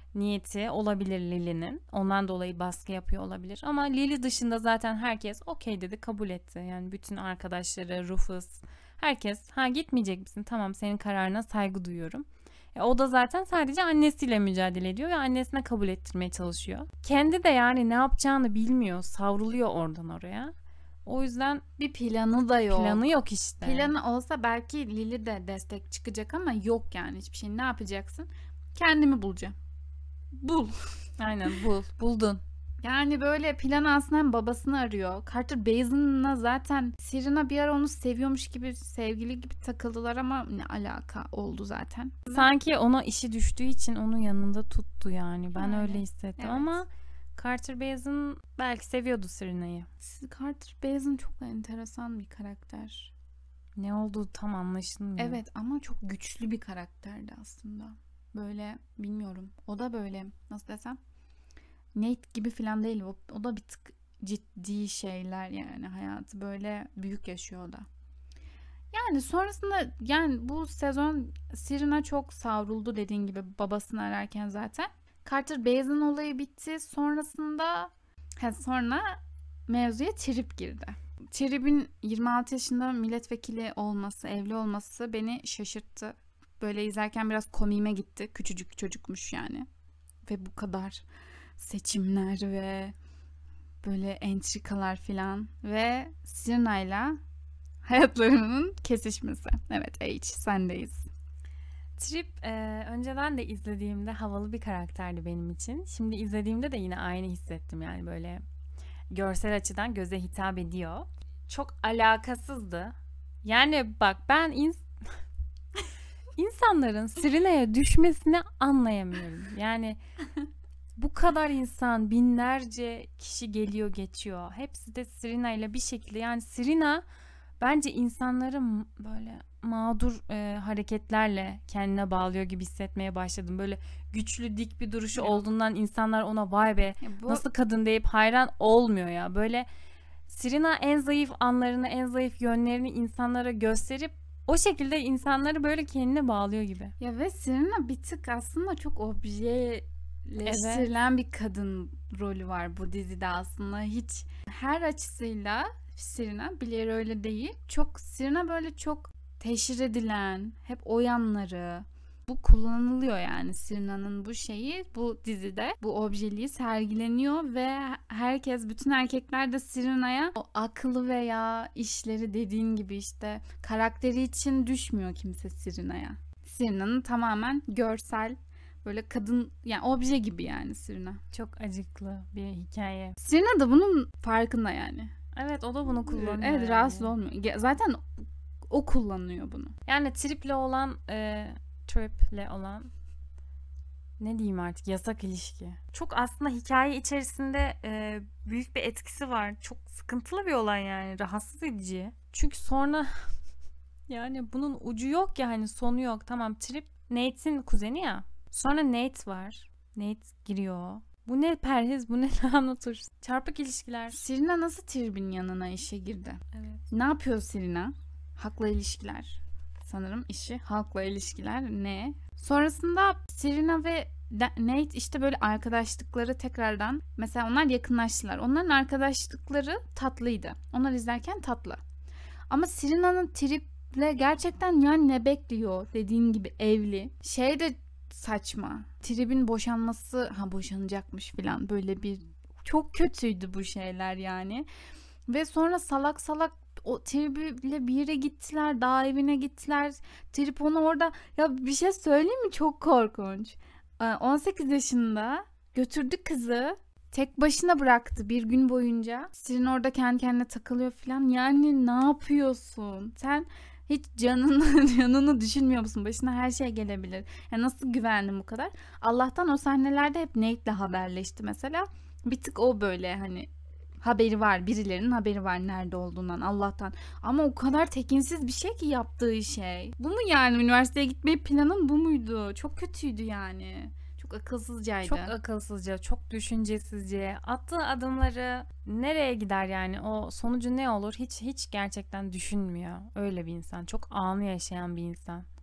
niyeti olabilir Lily'nin. Ondan dolayı baskı yapıyor olabilir. Ama Lily dışında zaten herkes okey dedi, kabul etti. Yani bütün arkadaşları, Rufus, herkes ha gitmeyecek misin? Tamam, senin kararına saygı duyuyorum. E, o da zaten sadece annesiyle mücadele ediyor ve annesine kabul ettirmeye çalışıyor. Kendi de yani ne yapacağını bilmiyor. Savruluyor oradan oraya. O yüzden Bir planı da yok. planı yok işte. Planı olsa belki Lily de destek çıkacak ama yok yani hiçbir şey. Ne yapacaksın? Kendimi bulacağım. Bul. Aynen bul. Buldun. Yani böyle planı aslında hem babasını arıyor. Carter Basin'la zaten Serena bir ara onu seviyormuş gibi, sevgili gibi takıldılar ama ne alaka oldu zaten. Sanki ona işi düştüğü için onun yanında tuttu yani. Ben Yani, öyle hissettim evet. ama Carter Basin belki seviyordu Serena'yı. Carter Basin çok enteresan bir karakter. Ne olduğu tam anlaşılmıyor. Evet ama çok güçlü bir karakterdi aslında. Böyle bilmiyorum. O da böyle nasıl desem Nate gibi falan değil. O, o da bir tık ciddi şeyler yani hayatı böyle büyük yaşıyor o da. Yani sonrasında yani bu sezon Serena çok savruldu dediğin gibi babasını ararken zaten. Carter Basin olayı bitti. Sonrasında he, sonra mevzuya Trip girdi. Trip'in yirmi altı yaşında milletvekili olması, evli olması beni şaşırttı. Böyle izlerken biraz komiğime gitti. Küçücük çocukmuş yani. Ve bu kadar seçimler ve böyle entrikalar filan ve Serena'yla hayatlarının kesişmesi. Evet H sendeyiz. Trip e, önceden de izlediğimde havalı bir karakterdi benim için. Şimdi izlediğimde de yine aynı hissettim yani böyle görsel açıdan göze hitap ediyor. Çok alakasızdı. Yani bak ben ins- insanların Serena'ya düşmesini anlayamıyorum. Yani bu kadar insan, binlerce kişi geliyor geçiyor. Hepsi de Serena ile bir şekilde yani Serena bence insanları m- böyle mağdur e, hareketlerle kendine bağlıyor gibi hissetmeye başladım. Böyle güçlü dik bir duruşu Evet. olduğundan insanlar ona vay be Ya bu nasıl kadın deyip hayran olmuyor ya. Böyle Serena en zayıf anlarını, en zayıf yönlerini insanlara gösterip o şekilde insanları böyle kendine bağlıyor gibi. ya ve Serena bir tık aslında çok objeleştirilen bir kadın rolü var bu dizide aslında. Hiç her açısıyla Serena Blair öyle değil. Çok Serena böyle çok teşhir edilen, hep o yanları. Bu kullanılıyor yani Serena'nın bu şeyi bu dizide bu objeliği sergileniyor ve herkes bütün erkekler de Serena'ya o aklı veya işleri dediğin gibi işte karakteri için düşmüyor kimse Serena'ya. Serena'nın tamamen görsel böyle kadın yani obje gibi yani Serena. Çok acıklı bir hikaye. Serena da bunun farkında yani. Evet o da bunu kullanıyor. Evet yani. rahatsız olmuyor. Ya zaten o kullanıyor bunu. Yani Trip'le olan e, Trip'le olan ne diyeyim artık yasak ilişki. Çok aslında hikaye içerisinde e, büyük bir etkisi var. Çok sıkıntılı bir olay yani. Rahatsız edici. Çünkü sonra yani bunun ucu yok ya hani sonu yok. Tamam Trip Nate'in kuzeni ya. Sonra Nate var. Nate giriyor. Bu ne perhiz, bu ne lahana turşusu. Çarpık ilişkiler. Serena nasıl Trip'in yanına işe girdi? Evet. Ne yapıyor Serena? Halkla ilişkiler. Sanırım işi halkla ilişkiler ne? Sonrasında Serena ve Nate işte böyle arkadaşlıkları tekrardan mesela onlar yakınlaştılar. Onların arkadaşlıkları tatlıydı. Onlar izlerken tatlı. Ama Serena'nın Trip'le gerçekten yani ne bekliyor dediğin gibi evli. Şey de saçma. Trip'in boşanması ha boşanacakmış falan böyle bir çok kötüydü bu şeyler yani. Ve sonra salak salak o Trip'le bir yere gittiler. Dağ evine gittiler. Trip onu orada ya bir şey söyleyeyim mi? Çok korkunç. on sekiz yaşında götürdü kızı. Tek başına bıraktı bir gün boyunca. Serena orada kendi kendine takılıyor falan. Yani ne yapıyorsun? Sen hiç canını, canını düşünmüyor musun? Başına her şey gelebilir. Ya nasıl güvendin bu kadar? Allah'tan o sahnelerde hep Nate'le haberleşti mesela. Bir tık o böyle hani haberi var. Birilerinin haberi var nerede olduğundan Allah'tan. Ama o kadar tekinsiz bir şey ki yaptığı şey. Bu mu yani üniversiteye gitmeyi planın bu muydu? Çok kötüydü yani. Çok akılsızcaydı. Çok akılsızca, çok düşüncesizce. Attığı adımları nereye gider yani? O sonucu ne olur? Hiç hiç gerçekten düşünmüyor. Öyle bir insan. Çok anı yaşayan bir insan.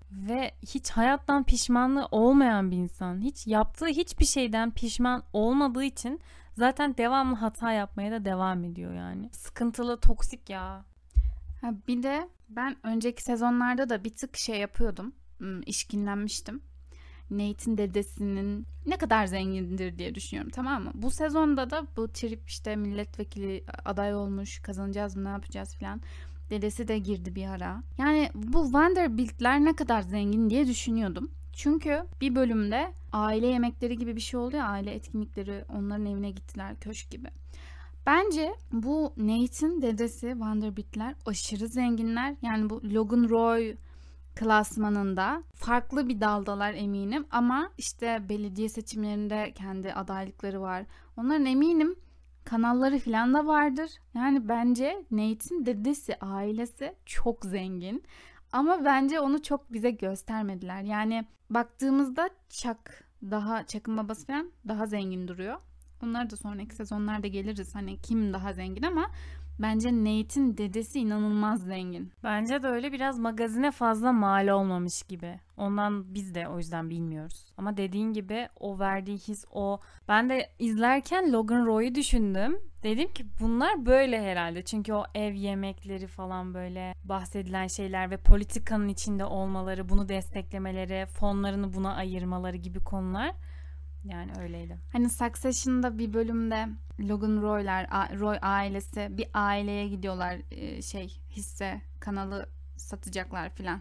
ve hiç hayattan pişmanlığı olmayan bir insan. Hiç yaptığı hiçbir şeyden pişman olmadığı için zaten devamlı hata yapmaya da devam ediyor yani. Sıkıntılı, toksik ya. Ha, bir de ben önceki sezonlarda da bir tık şey yapıyordum. Hmm, işkillenmiştim. Nate'in dedesinin ne kadar zengindir diye düşünüyorum, tamam mı? Bu sezonda da bu trip işte milletvekili aday olmuş, kazanacağız mı, ne yapacağız falan. Dedesi de girdi bir ara. Yani bu Vanderbilt'ler ne kadar zengin diye düşünüyordum. Çünkü bir bölümde aile yemekleri gibi bir şey oldu ya, aile etkinlikleri, onların evine gittiler, köşk gibi. Bence bu Nate'in dedesi Vanderbilt'ler aşırı zenginler. Yani bu Logan Roy klasmanında farklı bir daldalar eminim, ama işte belediye seçimlerinde kendi adaylıkları var. Onların eminim kanalları falan da vardır. Yani bence Nate'in dedesi, ailesi çok zengin. Ama bence onu çok bize göstermediler. Yani baktığımızda Chuck, daha Chuck'ın babası falan daha zengin duruyor. Onlara da sonraki sezonlarda geliriz. Hani kim daha zengin, ama bence Nate'in dedesi inanılmaz zengin. Bence de öyle, biraz magazine fazla mal olmamış gibi. Ondan biz de o yüzden bilmiyoruz. Ama dediğin gibi o verdiği his o. Ben de izlerken Logan Roy'u düşündüm. Dedim ki bunlar böyle herhalde. Çünkü o ev yemekleri falan, böyle bahsedilen şeyler ve politikanın içinde olmaları, bunu desteklemeleri, fonlarını buna ayırmaları gibi konular. Yani öyleydi. Hani Succession'da bir bölümde Logan Roy'lar, Roy ailesi bir aileye gidiyorlar, şey hisse kanalı satacaklar filan.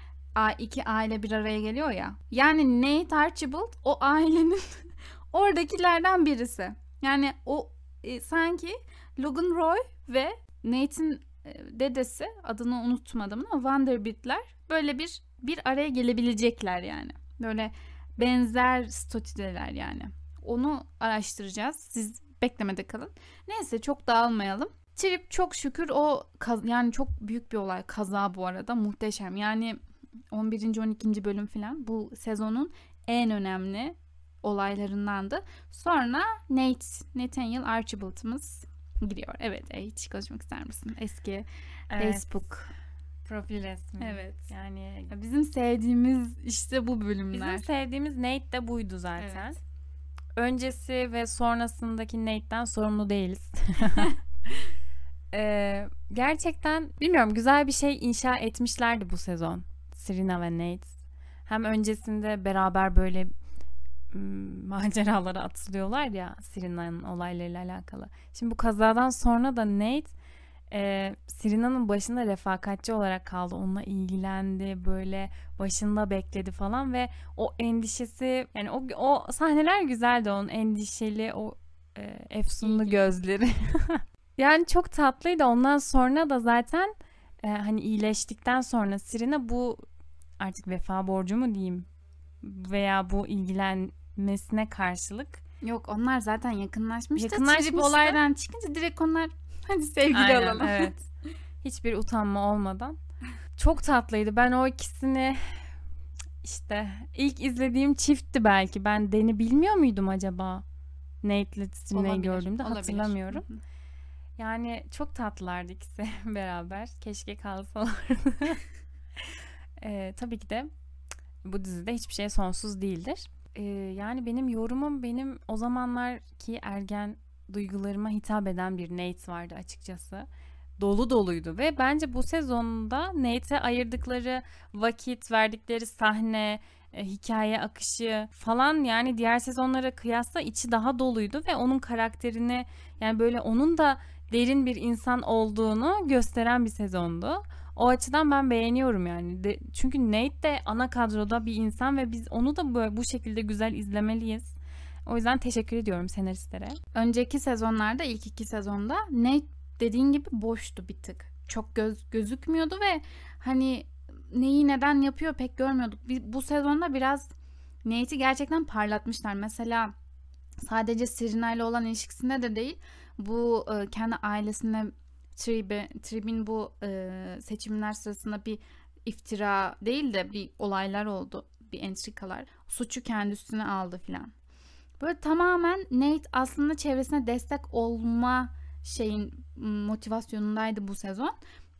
İki aile bir araya geliyor ya. Yani Nate Archibald o ailenin oradakilerden birisi. Yani o e, sanki Logan Roy ve Nate'in e, dedesi, adını unutmadım ama Vanderbilt'ler böyle bir bir araya gelebilecekler yani. Böyle benzer statüdeler yani. Onu araştıracağız. Siz beklemede kalın. Neyse, çok dağılmayalım. Trip çok şükür o kaz- yani çok büyük bir olay, kaza bu arada, muhteşem. Yani on birinci on ikinci bölüm falan bu sezonun en önemli olaylarındandı. Sonra Nate, Nathaniel Archibald'ımız giriyor. Evet, e, hiç konuşmak ister misin? Eski Evet. Facebook Profil resmi. Evet. Yani bizim sevdiğimiz işte bu bölümler. bizim sevdiğimiz Nate de buydu zaten. Evet. Öncesi ve sonrasındaki Nate'den sorumlu değiliz. ee, gerçekten bilmiyorum, güzel bir şey inşa etmişlerdi bu sezon. Serena ve Nate. Hem öncesinde beraber böyle m- maceralara atılıyorlar ya, Serena'nın olaylarıyla alakalı. Şimdi bu kazadan sonra da Nate e, Serena'nın başında refakatçi olarak kaldı. Onunla ilgilendi, böyle başında bekledi falan ve o endişesi, yani o, o sahneler güzeldi, onun endişeli o e, efsunlu gözleri. Yani çok tatlıydı. Ondan sonra da zaten e, hani iyileştikten sonra Serena bu artık vefa borcu mu diyeyim veya bu ilgilenmesine karşılık. Yok, onlar zaten yakınlaşmıştı. Yakınlaşmıştı. Trip olaydan çıkınca direkt onlar hadi sevgili Aynen, olalım. evet. Hiçbir utanma olmadan. Çok tatlıydı. Ben o ikisini işte ilk izlediğim çiftti belki. Ben Dan'i bilmiyor muydum acaba? Nate'le Serena'yı gördüğümde olabilir. hatırlamıyorum. Hı hı. Yani çok tatlılardı ikisi beraber. Keşke kalsalardı. ee, tabii ki de bu dizide hiçbir şey sonsuz değildir. Ee, yani benim yorumum, benim o zamanlarki ergen duygularıma hitap eden bir Nate vardı açıkçası. Dolu doluydu ve bence bu sezonda Nate'e ayırdıkları vakit, verdikleri sahne, e, hikaye akışı falan, yani diğer sezonlara kıyasla içi daha doluydu ve onun karakterini, yani böyle onun da derin bir insan olduğunu gösteren bir sezondu. O açıdan ben beğeniyorum yani. De, çünkü Nate de ana kadroda bir insan ve biz onu da böyle, bu şekilde güzel izlemeliyiz. O yüzden teşekkür ediyorum senaristlere. Önceki sezonlarda, ilk iki sezonda Nate dediğin gibi boştu bir tık. Çok göz gözükmüyordu ve hani neyi neden yapıyor pek görmüyorduk. Bu sezonda biraz Nate'i gerçekten parlatmışlar. Mesela sadece Serena ile olan ilişkisinde de değil, bu e, kendi ailesine Trib'e, Trib'in bu e, seçimler sırasında bir iftira değil de bir olaylar oldu. Bir entrikalar. Suçu kendi üstüne aldı filan. Böyle tamamen Nate aslında çevresine destek olma şeyin motivasyonundaydı bu sezon.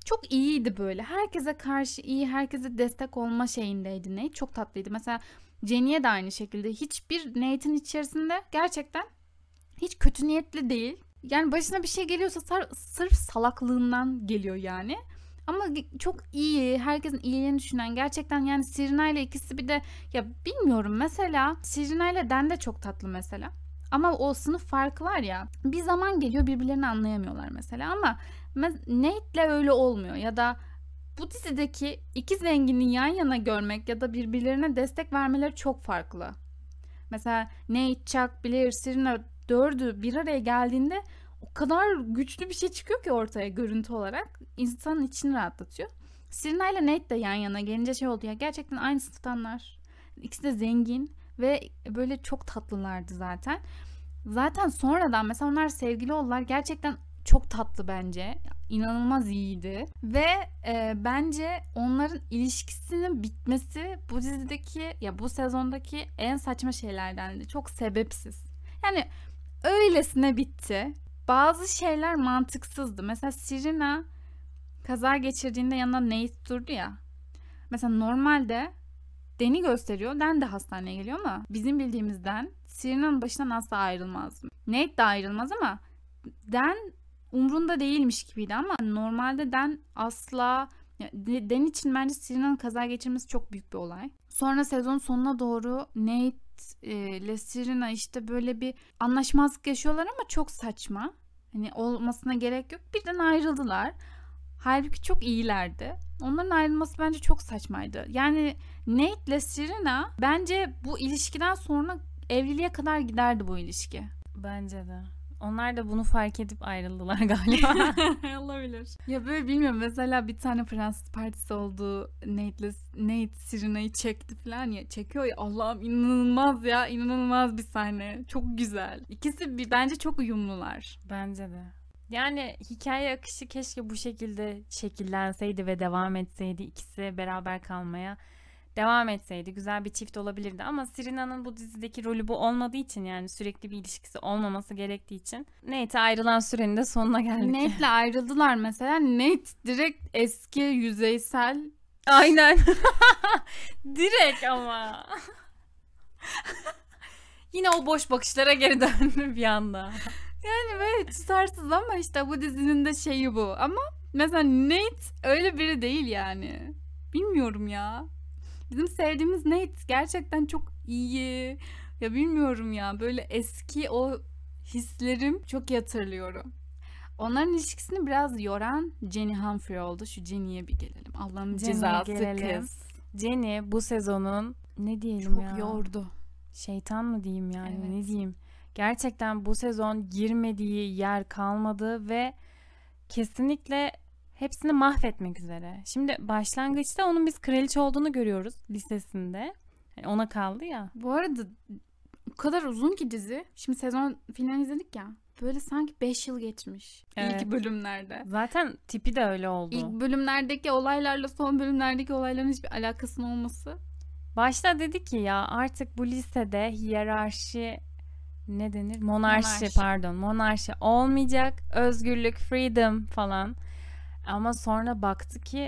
çok iyiydi böyle. Herkese karşı iyi, herkese destek olma şeyindeydi Nate. Çok tatlıydı. Mesela Jenny'e de aynı şekilde. Hiçbir Nate'in içerisinde gerçekten hiç kötü niyetli değil. Yani başına bir şey geliyorsa sar- sırf salaklığından geliyor yani. Ama çok iyi, herkesin iyiliğini düşünen, gerçekten yani Serena ile ikisi bir de ya bilmiyorum, mesela Serena ile Dan de çok tatlı mesela. Ama o sınıf farkı var ya, bir zaman geliyor birbirlerini anlayamıyorlar mesela, ama Nate'le öyle olmuyor. Ya da bu dizideki iki zengini yan yana görmek ya da birbirlerine destek vermeleri çok farklı. Mesela Nate, Chuck, Blair, Serena dördü bir araya geldiğinde o kadar güçlü bir şey çıkıyor ki ortaya görüntü olarak. İnsanın içini rahatlatıyor. Serena ile Nate de yan yana gelince şey oldu ya, gerçekten aynı sınıftanlar. İkisi de zengin ve böyle çok tatlılardı zaten. Zaten sonradan mesela onlar sevgili oldular. Gerçekten çok tatlı bence. İnanılmaz iyiydi. Ve e, bence onların ilişkisinin bitmesi bu dizideki, ya bu sezondaki en saçma şeylerdendi. Çok sebepsiz. Yani öylesine bitti. Bazı şeyler mantıksızdı. Mesela Serena kaza geçirdiğinde yanında Nate durdu ya. Mesela normalde Dan'i gösteriyor. Dan de hastaneye geliyor ama bizim bildiğimizden Serena'nın başından asla ayrılmaz. Nate de ayrılmaz ama Dan umrunda değilmiş gibiydi, ama normalde Dan asla, Dan için bence Serena'nın kaza geçirmesi çok büyük bir olay. Sonra sezon sonuna doğru Nate ile Serena işte böyle bir anlaşmazlık yaşıyorlar ama çok saçma. Hani olmasına gerek yok. Birden ayrıldılar. Halbuki çok iyilerdi. Onların ayrılması bence çok saçmaydı. Yani Nate ile Serena bence bu ilişkiden sonra evliliğe kadar giderdi bu ilişki. Bence de. Onlar da bunu fark edip ayrıldılar galiba. Olabilir. Ya böyle bilmiyorum, mesela bir tane Fransız partisi oldu. Nate'le Nate Serena'yı çekti falan ya. Çekiyor ya, Allah'ım inanılmaz ya. İnanılmaz bir sahne. Çok güzel. İkisi bir, bence çok uyumlular. Bence de. Yani hikaye akışı keşke bu şekilde şekillenseydi ve devam etseydi, ikisi beraber kalmaya devam etseydi güzel bir çift olabilirdi. Ama Serena'nın bu dizideki rolü bu olmadığı için, yani sürekli bir ilişkisi olmaması gerektiği için Nate'e ayrılan sürenin de sonuna geldik. Nate'le ayrıldılar mesela. Nate direkt eski yüzeysel. Aynen. Direkt ama. Yine o boş bakışlara geri döndü bir anda. Yani böyle tutarsız ama işte bu dizinin de şeyi bu. Ama mesela Nate öyle biri değil yani. Bilmiyorum ya. Bizim sevdiğimiz Nate gerçekten çok iyi. Ya bilmiyorum ya, böyle eski o hislerim çok iyi hatırlıyorum. Onların ilişkisini biraz yoran Jenny Humphrey oldu. Şu Jenny'ye bir gelelim. Allah'ın Jenny'ye cezası gelelim. kız. Jenny bu sezonun ne diyelim Çok ya. yordu. Şeytan mı diyeyim yani, Evet. ne diyeyim. Gerçekten bu sezon girmediği yer kalmadı ve kesinlikle hepsini mahvetmek üzere. Şimdi başlangıçta onun biz kraliçe olduğunu görüyoruz lisesinde. Yani ona kaldı ya. Bu arada o kadar uzun ki dizi. Şimdi sezon finali izledik ya. Böyle sanki beş yıl geçmiş. Evet. İlk bölümlerde. Zaten tipi de öyle oldu. İlk bölümlerdeki olaylarla son bölümlerdeki olayların hiçbir alakasının olması. Başta dedi ki ya artık bu lisede hiyerarşi ne denir? Monarşi, Monarşi. pardon. Monarşi olmayacak. Özgürlük, freedom falan. Ama sonra baktı ki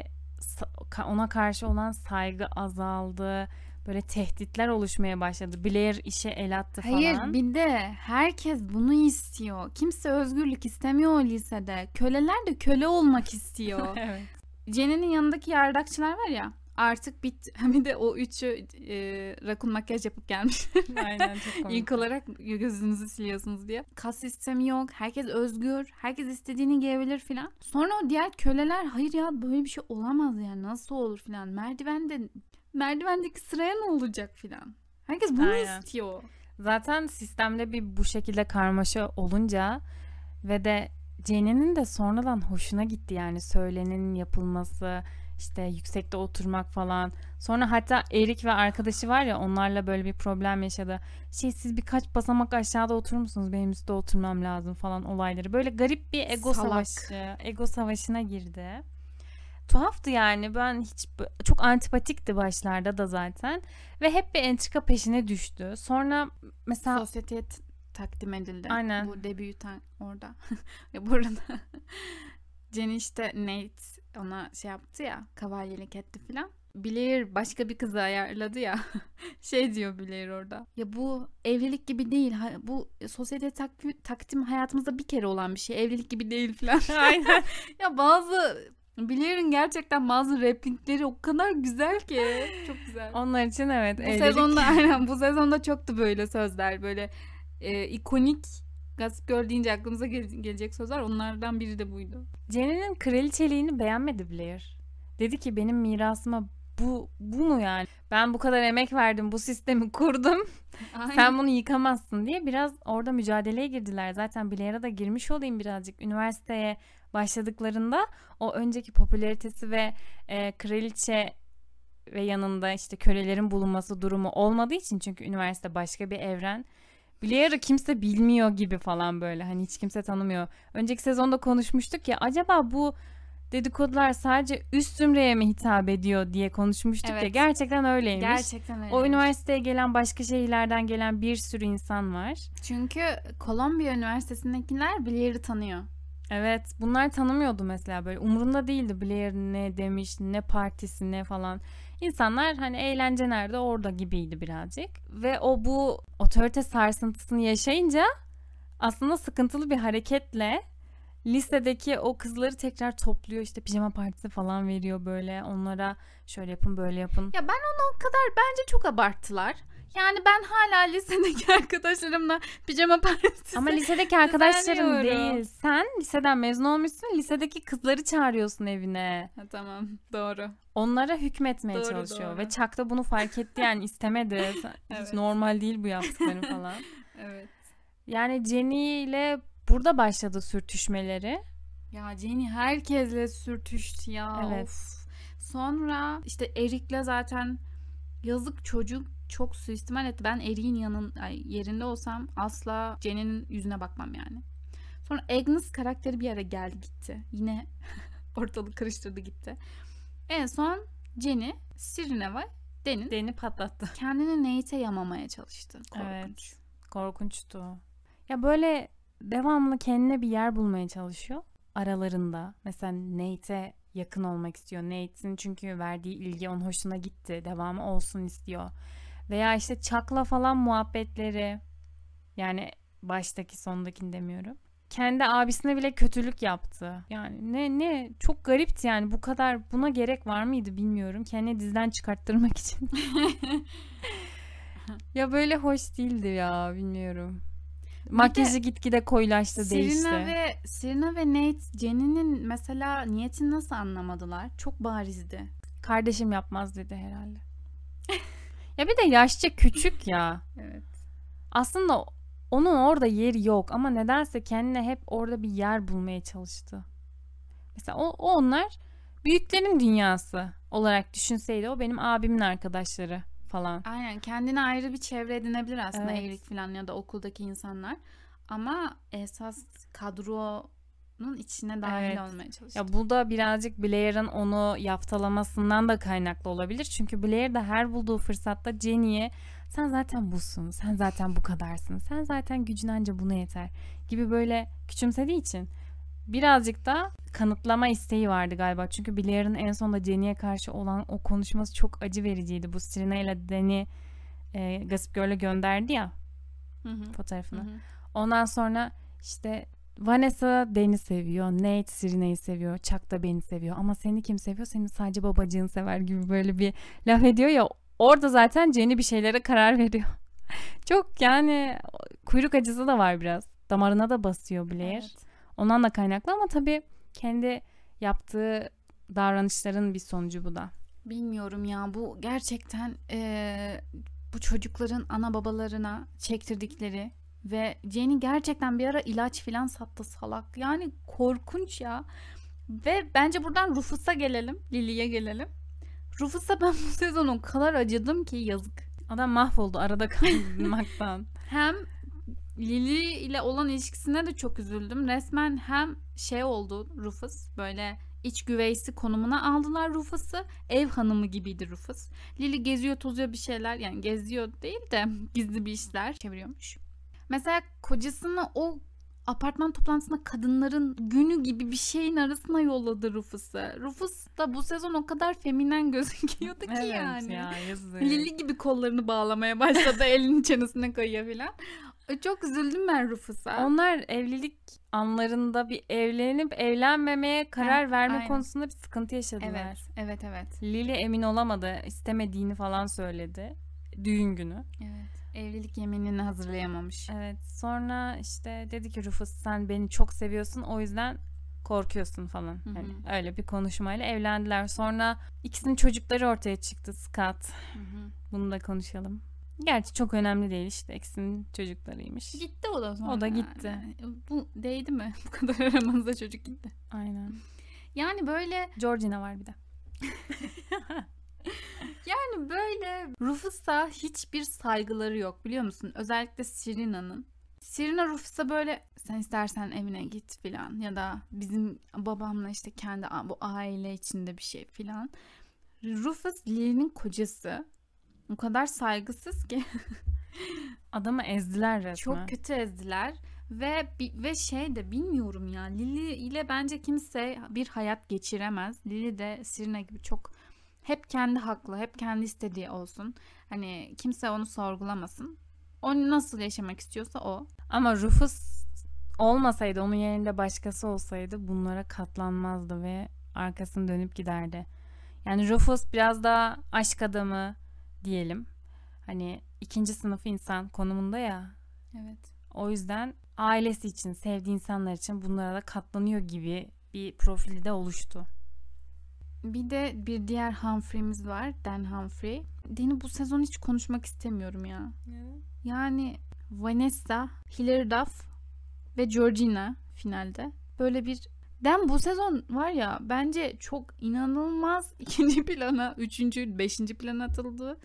ona karşı olan saygı azaldı. Böyle tehditler oluşmaya başladı. Blair işe el attı falan. Hayır, bir de herkes bunu istiyor. Kimse özgürlük istemiyor o lisede. Köleler de köle olmak istiyor. Evet. Jenny'nin yanındaki yardakçılar var ya, artık bit. Bir de o üçü e, rakun makyaj yapıp gelmiş. Aynen, çok komik. İlk olarak gözünüzü siliyorsunuz diye. Kas sistemi yok. Herkes özgür. Herkes istediğini giyebilir filan. Sonra o diğer köleler hayır ya böyle bir şey olamaz yani, nasıl olur filan. Merdivende merdivendeki sıraya ne olacak filan. Herkes bunu Aynen. istiyor. Zaten sistemde bir bu şekilde karmaşa olunca ve de Jenny'nin de sonradan hoşuna gitti yani söylenenin yapılması, işte yüksekte oturmak falan. Sonra hatta Erik ve arkadaşı var ya, onlarla böyle bir problem yaşadı. Şey, siz birkaç basamak aşağıda oturur musunuz? Benim üstte oturmam lazım falan olayları. Böyle garip bir ego Salak. savaşı, ego savaşına girdi. Tuhaftı yani, ben hiç çok antipatikti başlarda da zaten ve hep bir entrika peşine düştü. Sonra mesela Sosyeteye t- takdim edildi. Aynen. Bu debüten orada. Ve bu arada Jenny işte Nate ona şey yaptı ya, kavalyelik etti filan. Blair başka bir kızı ayarladı ya. Şey diyor Blair orada. Ya bu evlilik gibi değil. Ha- Bu sosyete tak- takdim hayatımızda bir kere olan bir şey. Evlilik gibi değil filan. Aynen. Ya bazı Blair'in gerçekten bazı replikleri o kadar güzel ki. Çok güzel. Onlar için evet. Bu evlilik. sezonda aynen bu sezonda çoktu böyle sözler. Böyle e, ikonik Gossip Girl deyince aklımıza gele- gelecek sözler. Onlardan biri de buydu. Jenny'nin kraliçeliğini beğenmedi Blair. Dedi ki benim mirasıma bu bu mu yani? Ben bu kadar emek verdim, bu sistemi kurdum. Sen bunu yıkamazsın diye biraz orada mücadeleye girdiler. Zaten Blair'a da girmiş olayım birazcık. Üniversiteye başladıklarında o önceki popülaritesi ve e, kraliçe ve yanında işte kölelerin bulunması durumu olmadığı için, çünkü üniversite başka bir evren. Blair'ı kimse bilmiyor gibi falan böyle. Hani hiç kimse tanımıyor. Önceki sezonda konuşmuştuk ya, acaba bu dedikodular sadece üst zümreye mi hitap ediyor diye konuşmuştuk Evet. ya. Gerçekten öyleymiş. Gerçekten öyle. O üniversiteye gelen başka şehirlerden gelen bir sürü insan var. Çünkü Columbia Üniversitesi'ndekiler Blair'ı tanıyor. Evet, bunlar tanımıyordu mesela, böyle umurunda değildi Blair ne demiş, ne partisi, ne falan. İnsanlar hani eğlence nerede orada gibiydi birazcık. Ve o bu otorite sarsıntısını yaşayınca aslında sıkıntılı bir hareketle lisedeki o kızları tekrar topluyor, işte pijama partisi falan veriyor böyle onlara, şöyle yapın böyle yapın. Ya ben onu o kadar bence çok abarttılar. Yani ben hala lisedeki arkadaşlarımla pijama partisi Ama lisedeki arkadaşların düzenliyorum. değil. Sen liseden mezun olmuşsun, lisedeki kızları çağırıyorsun evine. Ha, tamam doğru. Onlara hükmetmeye Doğru, çalışıyor doğru. ve Chuck da bunu fark etti, yani istemedi. Hiç Evet. normal değil bu yaptıkları falan. Evet. Yani Jenny ile burada başladı sürtüşmeleri. Ya Jenny herkesle sürtüştü ya. Evet. Of. Sonra işte Eric'le zaten yazık çocuk çok suistimal etti. Ben Eric'in yanın ay, yerinde olsam asla Jenny'nin yüzüne bakmam yani. Sonra Agnes karakteri bir ara geldi gitti. Yine ortalık karıştırdı gitti. En son Jenny, Serena ve Dan'in Danny patlattı. kendini Nate'e yamamaya çalıştı. Korkunç. Evet. Korkunçtu. Ya böyle devamlı kendine bir yer bulmaya çalışıyor aralarında. Mesela Nate'e yakın olmak istiyor. Nate'in çünkü verdiği ilgi onun hoşuna gitti. Devamı olsun istiyor. Veya işte Chuck'la falan muhabbetleri. Yani baştaki sondakini demiyorum. Kendi abisine bile kötülük yaptı. Yani ne ne çok garipti yani, bu kadar buna gerek var mıydı bilmiyorum. Kendini diziden çıkarttırmak için. Ya böyle hoş değildi ya, bilmiyorum. Makyajı gitgide koyulaştı, değişti. Serena ve Serena ve Nate Jenny'nin mesela niyetini nasıl anlamadılar? Çok barizdi. Kardeşim yapmaz dedi herhalde. Ya bir de yaşça küçük ya. Evet. Aslında onun orada yeri yok ama nedense kendine hep orada bir yer bulmaya çalıştı. Mesela o, o onlar büyüklerin dünyası olarak düşünseydi, o benim abimin arkadaşları falan. Aynen, kendine ayrı bir çevre edinebilir aslında, Evet. evlilik falan ya da okuldaki insanlar. Ama esas kadronun içine dahil Evet. olmaya çalıştı. Ya bu da birazcık Blair'ın onu yaftalamasından da kaynaklı olabilir. Çünkü Blair de her bulduğu fırsatta Jenny'ye sen zaten busun, sen zaten bu kadarsın, sen zaten gücün anca buna yeter gibi böyle küçümsediği için birazcık da kanıtlama isteği vardı galiba. Çünkü Blair'ın en sonunda Jenny'ye karşı olan o konuşması çok acı vericiydi. Bu Serena ile Danny e, Gossip Girl'e gönderdi ya Hı hı. fotoğrafını. Hı hı. Ondan sonra işte Vanessa Danny seviyor, Nate Serena'yı seviyor, Chuck da beni seviyor ama seni kim seviyor? Seni sadece babacığın sever gibi böyle bir laf ediyor ya. Orada zaten Jenny bir şeylere karar veriyor. Çok yani kuyruk acısı da var biraz. Damarına da basıyor Blair. Evet. Ondan da kaynaklı ama tabii kendi yaptığı davranışların bir sonucu bu da. Bilmiyorum ya, bu gerçekten eee, bu çocukların ana babalarına çektirdikleri ve Jenny gerçekten bir ara ilaç filan sattı, salak. Yani korkunç ya. Ve bence buradan Rufus'a gelelim, Lily'ye gelelim. Rufus'a ben bu sezon o kadar acıdım ki, yazık. Adam mahvoldu arada kalmaktan. Hem Lily ile olan ilişkisine de çok üzüldüm. Resmen hem şey oldu Rufus, böyle iç güveysi konumuna aldılar Rufus'u. Ev hanımı gibiydi Rufus. Lily geziyor tozuyor bir şeyler, yani geziyor değil de gizli bir işler çeviriyormuş. Mesela kocasını o apartman toplantısında kadınların günü gibi bir şeyin arasına yolladı Rufus'u. Rufus da bu sezon o kadar feminen gözüküyordu ki Evet yani. ya, yazık. Lili gibi kollarını bağlamaya başladı. Elini çenesine koyuyor filan. Çok üzüldüm ben Rufus'a. Onlar evlilik anlarında bir evlenip evlenmemeye karar Heh, verme aynen. konusunda bir sıkıntı yaşadılar. Evet, evet, evet. Lili emin olamadı, istemediğini falan söyledi düğün günü. Evet. Evlilik yeminini hazırlayamamış. Evet, sonra işte dedi ki Rufus, sen beni çok seviyorsun, o yüzden korkuyorsun falan. Hı hı. Hani öyle bir konuşmayla evlendiler. Sonra ikisinin çocukları ortaya çıktı, Scott. Hı hı. Bunu da konuşalım. Gerçi çok önemli değil, işte ikisinin çocuklarıymış. Gitti o da sonra. O da gitti. Yani. Bu değdi mi? Bu kadar aramızda çocuk gitti. Aynen. Yani böyle Georgina var bir de. yani böyle Rufus'a hiçbir saygıları yok, biliyor musun? Özellikle Serena'nın. Serena Rufus'a böyle sen istersen evine git filan ya da bizim babamla işte kendi a- bu aile içinde bir şey filan. Rufus Lili'nin kocası. O kadar saygısız ki Adamı ezdiler resmen. çok kötü ezdiler ve bi- ve şey de bilmiyorum ya, Lili ile bence kimse bir hayat geçiremez. Lili de Serena gibi çok hep kendi haklı, hep kendi istediği olsun. Hani kimse onu sorgulamasın. O nasıl yaşamak istiyorsa o. Ama Rufus olmasaydı, onun yerinde başkası olsaydı bunlara katlanmazdı ve arkasını dönüp giderdi. Yani Rufus biraz daha aşk adamı diyelim. Hani ikinci sınıf insan konumunda ya. Evet. O yüzden ailesi için, sevdiği insanlar için bunlara da katlanıyor gibi bir profili de oluştu. Bir de bir diğer Humphrey'miz var. Dan Humphrey. Dan'i bu sezon hiç konuşmak istemiyorum ya. Yani Vanessa, Hilary Duff ve Georgina finalde. Böyle bir Dan bu sezon var ya, bence çok inanılmaz ikinci plana, üçüncü, beşinci plana atıldı.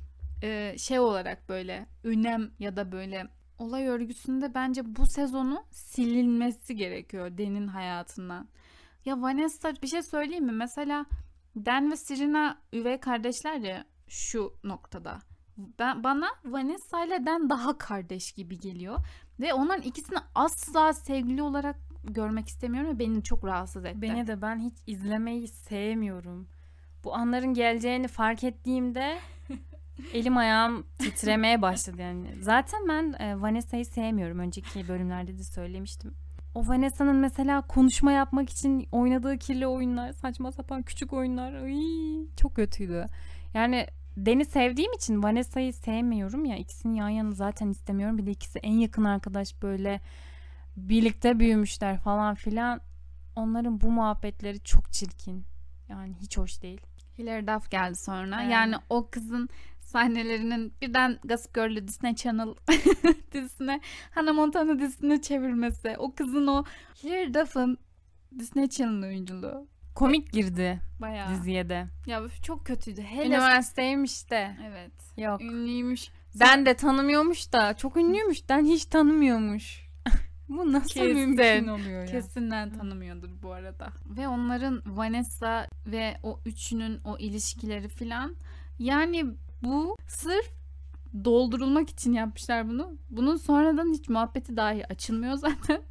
Ee, şey olarak böyle önem ya da böyle olay örgüsünde bence bu sezonu silinmesi gerekiyor Dan'in hayatından. Ya Vanessa, bir şey söyleyeyim mi? Mesela Dan ve Serena üvey kardeşler ya şu noktada. Ben, bana Vanessa ile Dan daha kardeş gibi geliyor. Ve onların ikisini asla sevgili olarak görmek istemiyorum ve beni çok rahatsız etti. Beni de, ben hiç izlemeyi sevmiyorum. Bu anların geleceğini fark ettiğimde elim ayağım titremeye başladı yani. Zaten ben e, Vanessa'yı sevmiyorum. Önceki bölümlerde de söylemiştim. O Vanessa'nın mesela konuşma yapmak için oynadığı kirli oyunlar, saçma sapan küçük oyunlar, ay, çok kötüydü. Yani Dan'i sevdiğim için Vanessa'yı sevmiyorum ya. İkisini yan yana zaten istemiyorum. Bir de ikisi en yakın arkadaş, böyle birlikte büyümüşler falan filan. Onların bu muhabbetleri çok çirkin. Yani hiç hoş değil. Hilary Duff geldi sonra. Evet. Yani o kızın sahnelerinin birden Gossip Girl'ü Disney Channel dizisine, Hannah Montana dizisine çevirmesi. O kızın o Hilary Duff'ın Disney Channel oyunculuğu. Komik girdi Bayağı. diziye de. Ya çok kötüydü. Hele Üniversiteymiş de. evet. Yok. Ünlüymüş. Ben de tanımıyormuş da, çok ünlüymüş. Ben hiç tanımıyormuş. Bu nasıl Kesin. mümkün oluyor ya? Kesinden tanımıyordur bu arada. Ve onların Vanessa ve o üçünün o ilişkileri filan. Yani bu sırf doldurulmak için yapmışlar bunu. Bunun sonradan hiç muhabbeti dahi açılmıyor zaten.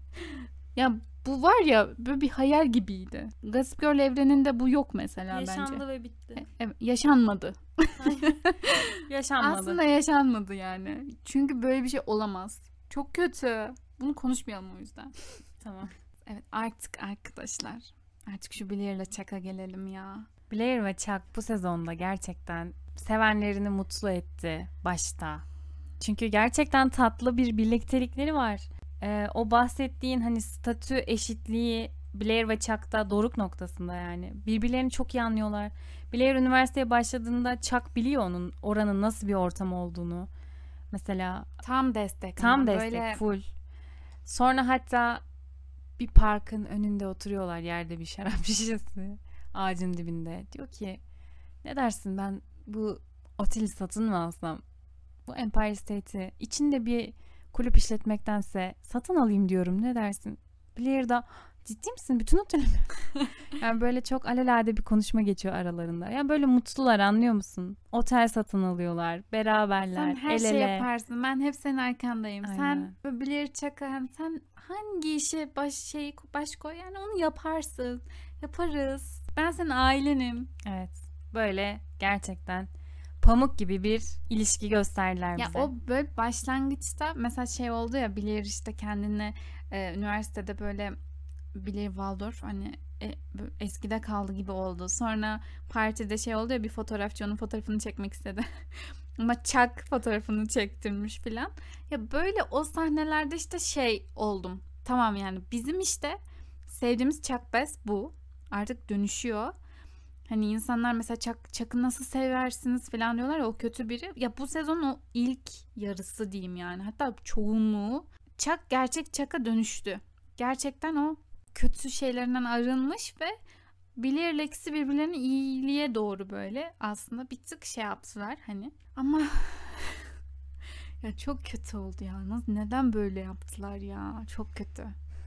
Ya bu var ya, böyle bir hayal gibiydi. Gossip Girl evreninde bu yok mesela Yaşandı bence. ve bitti. Evet, yaşanmadı. Yaşanmadı. Aslında yaşanmadı yani. Çünkü böyle bir şey olamaz. Çok kötü. Bunu konuşmayalım o yüzden. Tamam. Evet, artık arkadaşlar. Artık şu Blair'la Chuck'a gelelim ya. Blair ve Chuck bu sezonda gerçekten sevenlerini mutlu etti başta. Çünkü gerçekten tatlı bir birliktelikleri var. Ee, o bahsettiğin hani statü eşitliği Blair ve Chuck'ta doruk noktasında yani. Birbirlerini çok iyi anlıyorlar. Blair üniversiteye başladığında Chuck biliyor onun oranın nasıl bir ortam olduğunu. Mesela Tam destek. tam ama destek, böyle full. Sonra hatta bir parkın önünde oturuyorlar, yerde bir şarap şişesi ağacın dibinde. Diyor ki, ne dersin, ben bu oteli satın mı alsam? Bu Empire State'i içinde bir kulüp işletmektense satın alayım diyorum, ne dersin? Blair da ciddi misin? Bütün oteli mi? Yani böyle çok alelade bir konuşma geçiyor aralarında. Ya böyle mutlular, anlıyor musun? Otel satın alıyorlar. Beraberler. Sen her el şey ele. yaparsın. Ben hep senin arkandayım. Aynen. Sen bilir çaka. Sen hangi işe baş şey baş koy yani onu yaparsın. Yaparız. Ben senin ailenim. Evet. Böyle gerçekten pamuk gibi bir ilişki gösterdiler Ya bize. o böyle başlangıçta mesela şey oldu ya, Bilir işte kendine e, üniversitede böyle Bilir Waldorf hani e, böyle eskide kaldı gibi oldu. Sonra partide şey oldu ya, bir fotoğrafçı onun fotoğrafını çekmek istedi. Ama Chuck fotoğrafını çektirmiş filan. Ya böyle o sahnelerde işte şey oldum. Tamam yani bizim işte sevdiğimiz Chuck Bass bu. Artık dönüşüyor. Hani insanlar mesela Chuck, Chuck'ı nasıl seversiniz falan diyorlar ya, o kötü biri. Ya bu sezon o ilk yarısı diyeyim yani. Hatta çoğunluğu Chuck gerçek Chuck'a dönüştü. Gerçekten o kötü şeylerinden arınmış ve Billy Lex'i birbirlerine iyiliğe doğru böyle aslında bir tık şey yaptılar hani. Ama ya çok kötü oldu ya. Nasıl, neden böyle yaptılar ya? Çok kötü.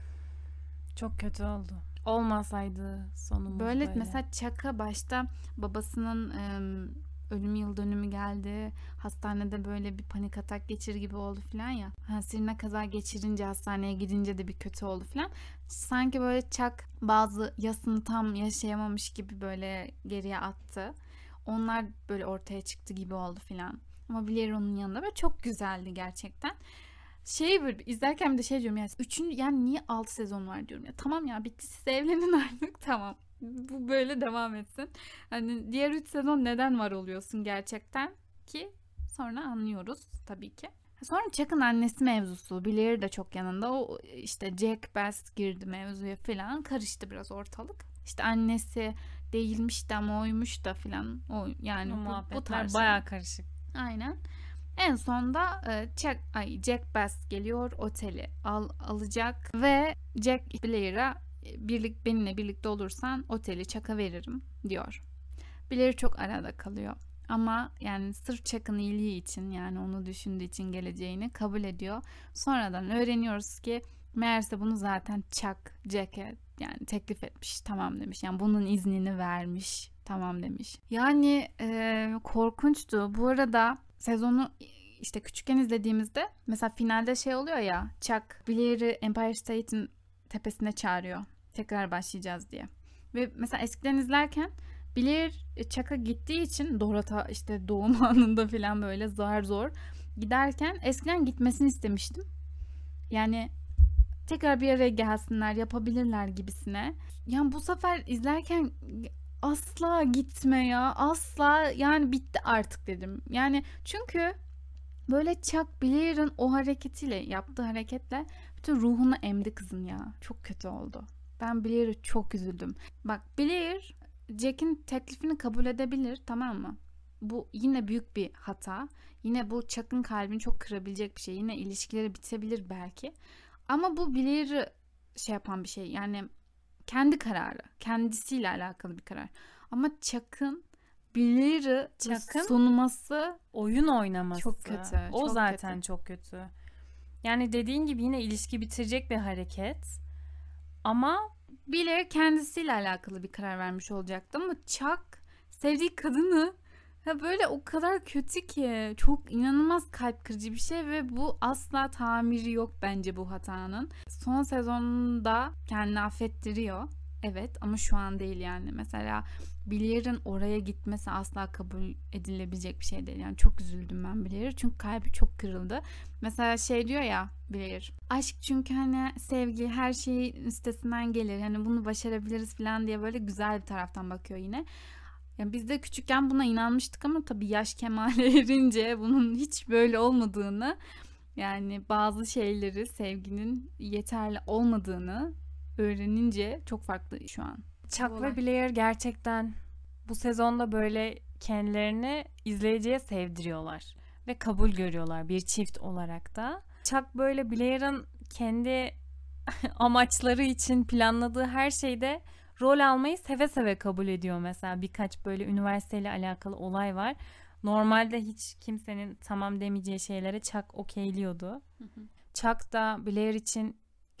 Çok kötü oldu. Olmasaydı sonumuz Böyle, böyle. mesela Chuck'a başta babasının em, ölüm yıl dönümü geldi. Hastanede böyle bir panik atak geçir gibi oldu falan ya. Ha, Sirine kaza geçirince hastaneye gidince de bir kötü oldu falan. Sanki böyle Chuck bazı yasını tam yaşayamamış gibi böyle geriye attı. Onlar böyle ortaya çıktı gibi oldu falan. Ama Blair onun yanında ve çok güzeldi gerçekten. Şey böyle izlerken bir de şey diyorum ya, üçüncü yani niye altı sezon var diyorum ya. Tamam ya, bitti, siz evlenin artık, tamam. Bu böyle devam etsin. Hani diğer üç sezon neden var oluyorsun gerçekten ki sonra anlıyoruz tabii ki. Sonra Chuck'ın annesi mevzusu. Blair de çok yanında. O işte Jack Bass girdi mevzuya falan. Karıştı biraz ortalık. İşte annesi değilmiş de ama oymuş da falan. O yani Bu bu, bu muhabbetler tarz bayağı şeyler. karışık. Aynen. En sonda e, Jack, ay, Jack Bass geliyor, oteli al, alacak ve Jack Blair'a birlik benimle birlikte olursan oteli Chuck'a veririm diyor. Blair çok arada kalıyor. Ama yani sırf Chuck'ın iyiliği için, yani onu düşündüğü için geleceğini kabul ediyor. Sonradan öğreniyoruz ki meğerse bunu zaten Chuck Jack'e yani teklif etmiş. Tamam demiş. Yani bunun iznini vermiş. Tamam demiş. Yani e, korkunçtu. Bu arada sezonu işte küçükken izlediğimizde mesela finalde şey oluyor ya, Chuck Blair'i Empire State'in tepesine çağırıyor. Tekrar başlayacağız diye. Ve mesela eskiden izlerken Blair Chuck'a gittiği için Dorot'a işte doğum anında falan böyle zar zor giderken eskiden gitmesini istemiştim. Yani tekrar bir araya gelsinler, yapabilirler gibisine. Yani bu sefer izlerken asla gitme ya, asla, yani bitti artık dedim. Yani çünkü böyle Chuck Blair'ın o hareketiyle, yaptığı hareketle bütün ruhunu emdi kızın ya. Çok kötü oldu. Ben Blair'e çok üzüldüm. Bak, Blair Jack'in teklifini kabul edebilir, tamam mı? Bu yine büyük bir hata. Yine bu Chuck'ın kalbini çok kırabilecek bir şey. Yine ilişkileri bitebilir belki. Ama bu Blair'ı şey yapan bir şey. Yani kendi kararı. Kendisiyle alakalı bir karar. Ama Chuck'ın Blair'ı Chuck'ın sunması oyun oynaması. çok kötü. O çok zaten kötü. çok kötü. Yani dediğin gibi yine ilişki bitirecek bir hareket. Ama Blair kendisiyle alakalı bir karar vermiş olacaktı ama Chuck sevdiği kadını, ya böyle o kadar kötü ki, çok inanılmaz kalp kırıcı bir şey ve bu asla tamiri yok bence bu hatanın. Son sezonda kendini affettiriyor. Evet ama şu an değil yani. Mesela Blair'ın oraya gitmesi asla kabul edilebilecek bir şey değil. Yani çok üzüldüm ben Blair'e çünkü kalbi çok kırıldı. Mesela şey diyor ya Blair, aşk çünkü hani sevgi her şeyin üstesinden gelir. Hani bunu başarabiliriz falan diye böyle güzel bir taraftan bakıyor yine. Yani biz de küçükken buna inanmıştık ama tabii yaş kemale erince bunun hiç böyle olmadığını, yani bazı şeyleri sevginin yeterli olmadığını öğrenince çok farklı şu an. Chuck Bu ve olay. Blair gerçekten bu sezonda böyle kendilerini izleyiciye sevdiriyorlar ve kabul görüyorlar bir çift olarak da. Chuck böyle Blair'ın kendi amaçları için planladığı her şeyde rol almayı seve seve kabul ediyor mesela. Birkaç böyle üniversiteyle alakalı olay var. Normalde hiç kimsenin tamam demeyeceği şeylere Chuck okeyliyordu. Chuck da Blair için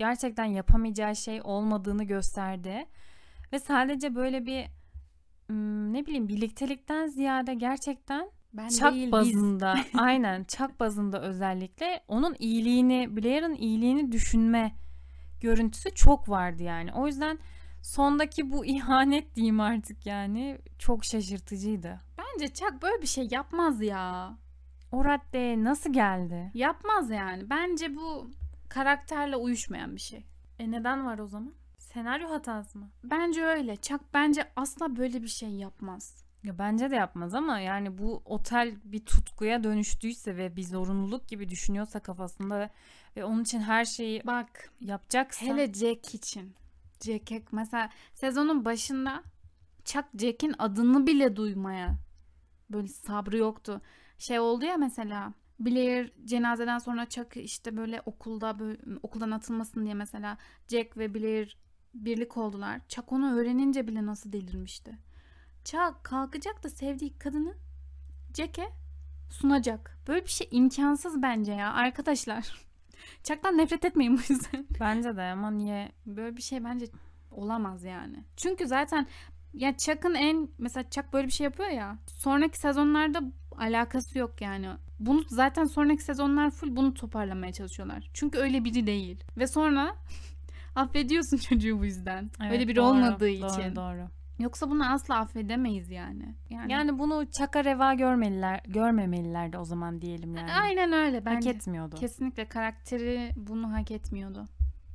gerçekten yapamayacağı şey olmadığını gösterdi. Ve sadece böyle bir hmm, ne bileyim birliktelikten ziyade gerçekten Ben Chuck değil, biz. bazında aynen Chuck bazında özellikle onun iyiliğini, Blair'ın iyiliğini düşünme görüntüsü çok vardı yani. O yüzden sondaki bu ihanet diyeyim artık yani çok şaşırtıcıydı. Bence Chuck böyle bir şey yapmaz ya. O raddeye nasıl geldi? Yapmaz yani. Bence bu karakterle uyuşmayan bir şey. E neden var o zaman? Senaryo hatası mı? Bence öyle. Chuck bence asla böyle bir şey yapmaz. Ya bence de yapmaz ama yani bu otel bir tutkuya dönüştüyse ve bir zorunluluk gibi düşünüyorsa kafasında ve onun için her şeyi Bak yapacaksa. hele Jack için. Jack'e mesela sezonun başında Chuck Jack'in adını bile duymaya böyle sabrı yoktu. Şey oldu ya mesela Blair cenazeden sonra Chuck işte böyle okulda böyle, okuldan atılmasın diye mesela Jack ve Blair birlik oldular. Chuck onu öğrenince bile nasıl delirmişti. Chuck kalkacak da sevdiği kadını Jack'e sunacak. Böyle bir şey imkansız bence ya arkadaşlar. Chuck'tan nefret etmeyin bu yüzden. Bence de ama niye? Böyle bir şey bence olamaz yani. Çünkü zaten ya Chuck'ın en mesela Chuck böyle bir şey yapıyor ya. Sonraki sezonlarda alakası yok yani. Bunu zaten sonraki sezonlar full bunu toparlamaya çalışıyorlar. Çünkü öyle biri değil. Ve sonra affediyorsun çocuğu bu yüzden. Evet, öyle biri doğru, olmadığı doğru, için. Doğru. Yoksa bunu asla affedemeyiz yani. Yani, Yani bunu Chuck'a reva görmeliler, görmemelilerdi o zaman diyelim yani. aynen öyle Hak bence. etmiyordu. Kesinlikle karakteri bunu hak etmiyordu.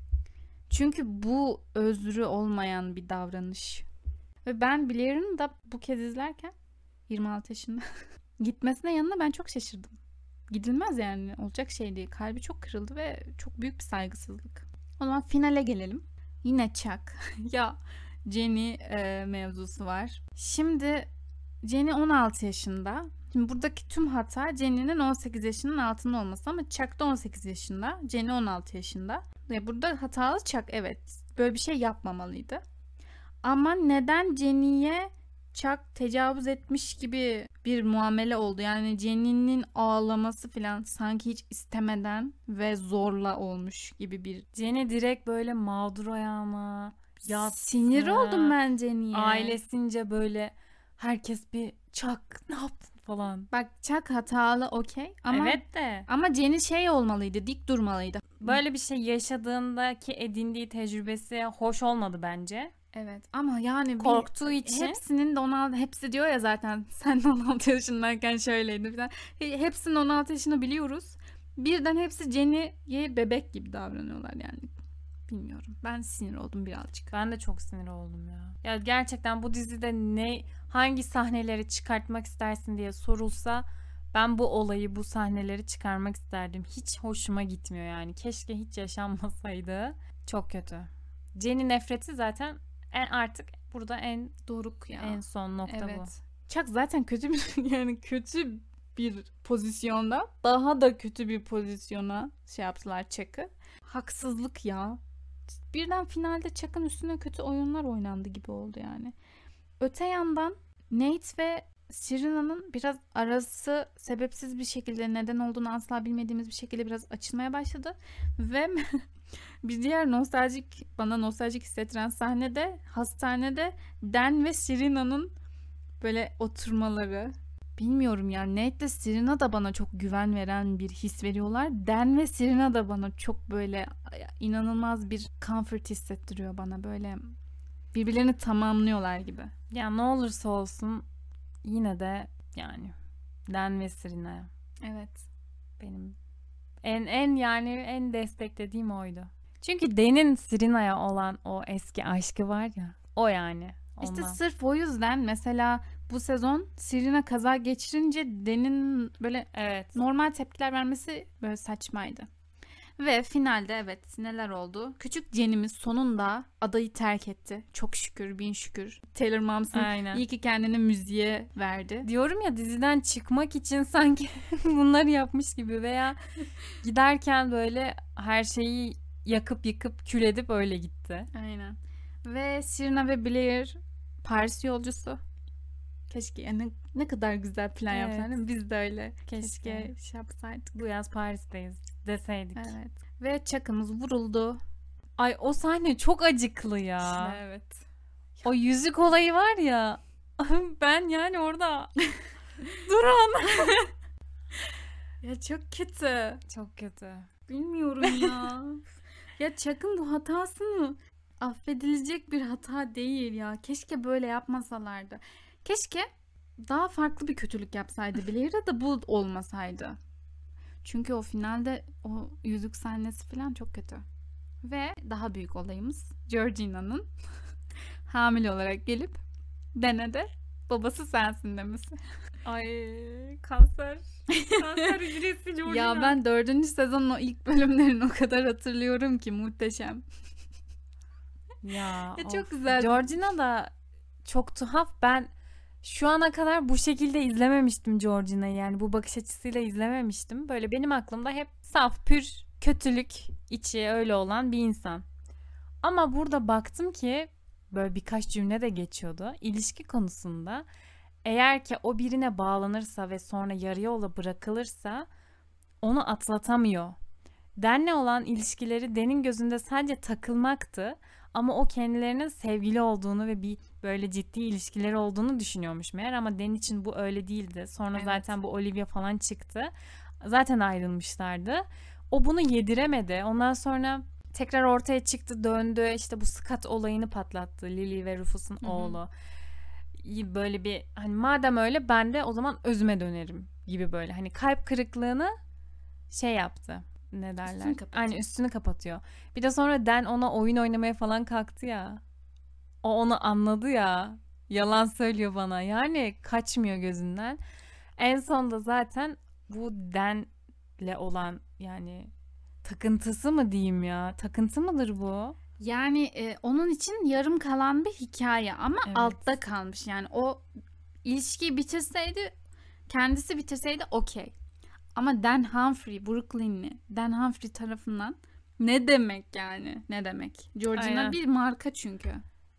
Çünkü bu özrü olmayan bir davranış. Ve ben Blair'ın da bu kez izlerken yirmi altı yaşında gitmesine yanına ben çok şaşırdım. Gidilmez yani. Olacak şey değil. Kalbi çok kırıldı ve çok büyük bir saygısızlık. O zaman finale gelelim. Yine Chuck. ya Jenny e, mevzusu var. Şimdi Jenny on altı yaşında. Şimdi buradaki tüm hata Jenny'nin on sekiz yaşının altında olması ama Chuck da on sekiz yaşında. Jenny on altı yaşında. Ve burada hatalı Chuck, evet. Böyle bir şey yapmamalıydı. Ama neden Jenny'ye Chuck tecavüz etmiş gibi bir muamele oldu? Yani Jenny'nin ağlaması falan sanki hiç istemeden ve zorla olmuş gibi bir. Jenny direkt böyle mağdur ayağına yattı. Sinir oldum ben Jenny'ye. Ailesince böyle herkes bir Chuck ne yaptın falan. Bak Chuck hatalı okey ama Evet de ama Jenny şey olmalıydı, dik durmalıydı. böyle bir şey yaşadığındaki edindiği tecrübesi hoş olmadı bence. Evet ama yani bir- Korktuğu için. hepsinin de on altı, hepsi diyor ya zaten sen de on altı yaşındayken şöyleydi falan. He- Hepsinin on altı yaşını biliyoruz. Birden hepsi Jenny'ye bebek gibi davranıyorlar yani. Bilmiyorum. Ben sinir oldum birazcık. Ben de çok sinir oldum ya. Ya gerçekten bu dizide ne hangi sahneleri çıkartmak istersin diye sorulsa ben bu olayı, bu sahneleri çıkarmak isterdim. Hiç hoşuma gitmiyor yani. Keşke hiç yaşanmasaydı. Çok kötü. Jenny nefreti zaten en artık burada en Doruk ya. en son nokta bu. Evet. Chuck zaten kötü bir yani kötü bir pozisyonda daha da kötü bir pozisyona şey yaptılar Chuck'ı. Haksızlık ya. Birden finalde Chuck'ın üstüne kötü oyunlar oynandı gibi oldu yani. Öte yandan Nate ve Serena'nın biraz arası sebepsiz bir şekilde neden olduğunu asla bilmediğimiz bir şekilde biraz açılmaya başladı. Ve bir diğer nostaljik, bana nostaljik hissettiren sahne de hastanede Dan ve Serena'nın böyle oturmaları. Bilmiyorum ya, Nate de Serena da bana çok güven veren bir his veriyorlar. Dan ve Serena da bana çok böyle inanılmaz bir comfort hissettiriyor bana. Böyle birbirlerini tamamlıyorlar gibi. Ya ne olursa olsun yine de yani Dan ve Serena Evet. benim en en yani en desteklediğim oydu. Çünkü Dan'in Serena'ya olan o eski aşkı var ya, o yani. Ondan. İşte sırf o yüzden mesela bu sezon Serena kaza geçirince Dan'in böyle evet. normal tepkiler vermesi böyle saçmaydı. Ve finalde evet neler oldu? Küçük Jenny'miz sonunda adayı terk etti. Çok şükür, bin şükür. Taylor Momsen Aynen. iyi ki kendini müziğe verdi. Diyorum ya, diziden çıkmak için sanki bunları yapmış gibi veya giderken böyle her şeyi yakıp yıkıp kül edip öyle gitti. Aynen. Ve Serena ve Blair Paris yolcusu. Keşke yani ne kadar güzel plan Evet. yaptılar değil mi? Biz de öyle. Keşke. Keşke şey yapsaydık. Bu yaz Paris'teyiz deseydik. Evet. Ve Chuck'ımız vuruldu. Ay o sahne çok acıklı ya. İşte evet. O yüzük olayı var ya. Ben yani orada durun. Ya çok kötü. Çok kötü. Bilmiyorum ya. Ya Chuck'ın bu hatasını affedilecek bir hata değil ya. Keşke böyle yapmasalardı. Keşke daha farklı bir kötülük yapsaydı bile da bu olmasaydı. Çünkü o finalde o yüzük sahnesi falan çok kötü. Ve daha büyük olayımız Georgina'nın hamile olarak gelip Dan'e babası sensin demesi. Ay kanser. Kanser hücresi Georgina. Ya ben dördüncü sezonun o ilk bölümlerini o kadar hatırlıyorum ki muhteşem. Ya, Ya of. çok güzel. Georgina da çok tuhaf. Ben şu ana kadar bu şekilde izlememiştim Georgina'yı. Yani bu bakış açısıyla izlememiştim. Böyle benim aklımda hep saf, pür, kötülük içi öyle olan bir insan. Ama burada baktım ki böyle birkaç cümle de geçiyordu. İlişki konusunda eğer ki o birine bağlanırsa ve sonra yarı yolda bırakılırsa onu atlatamıyor. Dan'le olan ilişkileri Dan'in gözünde sadece takılmaktı. Ama o kendilerinin sevgili olduğunu ve bir böyle ciddi ilişkileri olduğunu düşünüyormuş meğer. Ama Dan için bu öyle değildi. Sonra Evet. zaten bu Olivia falan çıktı. Zaten ayrılmışlardı. O bunu yediremedi. Ondan sonra tekrar ortaya çıktı, döndü. İşte bu Scott olayını patlattı. Lily ve Rufus'un Hı hı. oğlu. Böyle bir hani madem öyle ben de o zaman özüme dönerim gibi böyle. Hani kalp kırıklığını şey yaptı. Ne derler? Üstünü kapatıyor. Aynen üstünü kapatıyor. Bir de sonra Dan ona oyun oynamaya falan kalktı ya. O onu anladı ya. Yalan söylüyor bana. Yani kaçmıyor gözünden. En sonda zaten bu Dan'le olan yani takıntısı mı diyeyim ya? Takıntı mıdır bu? Yani e, onun için yarım kalan bir hikaye ama Evet. altta kalmış. Yani o ilişkiyi bitirseydi, kendisi bitirseydi okey. Ama Dan Humphrey, Brooklyn'li Dan Humphrey tarafından ne demek yani? Ne demek? Georgina Aynen. bir marka çünkü.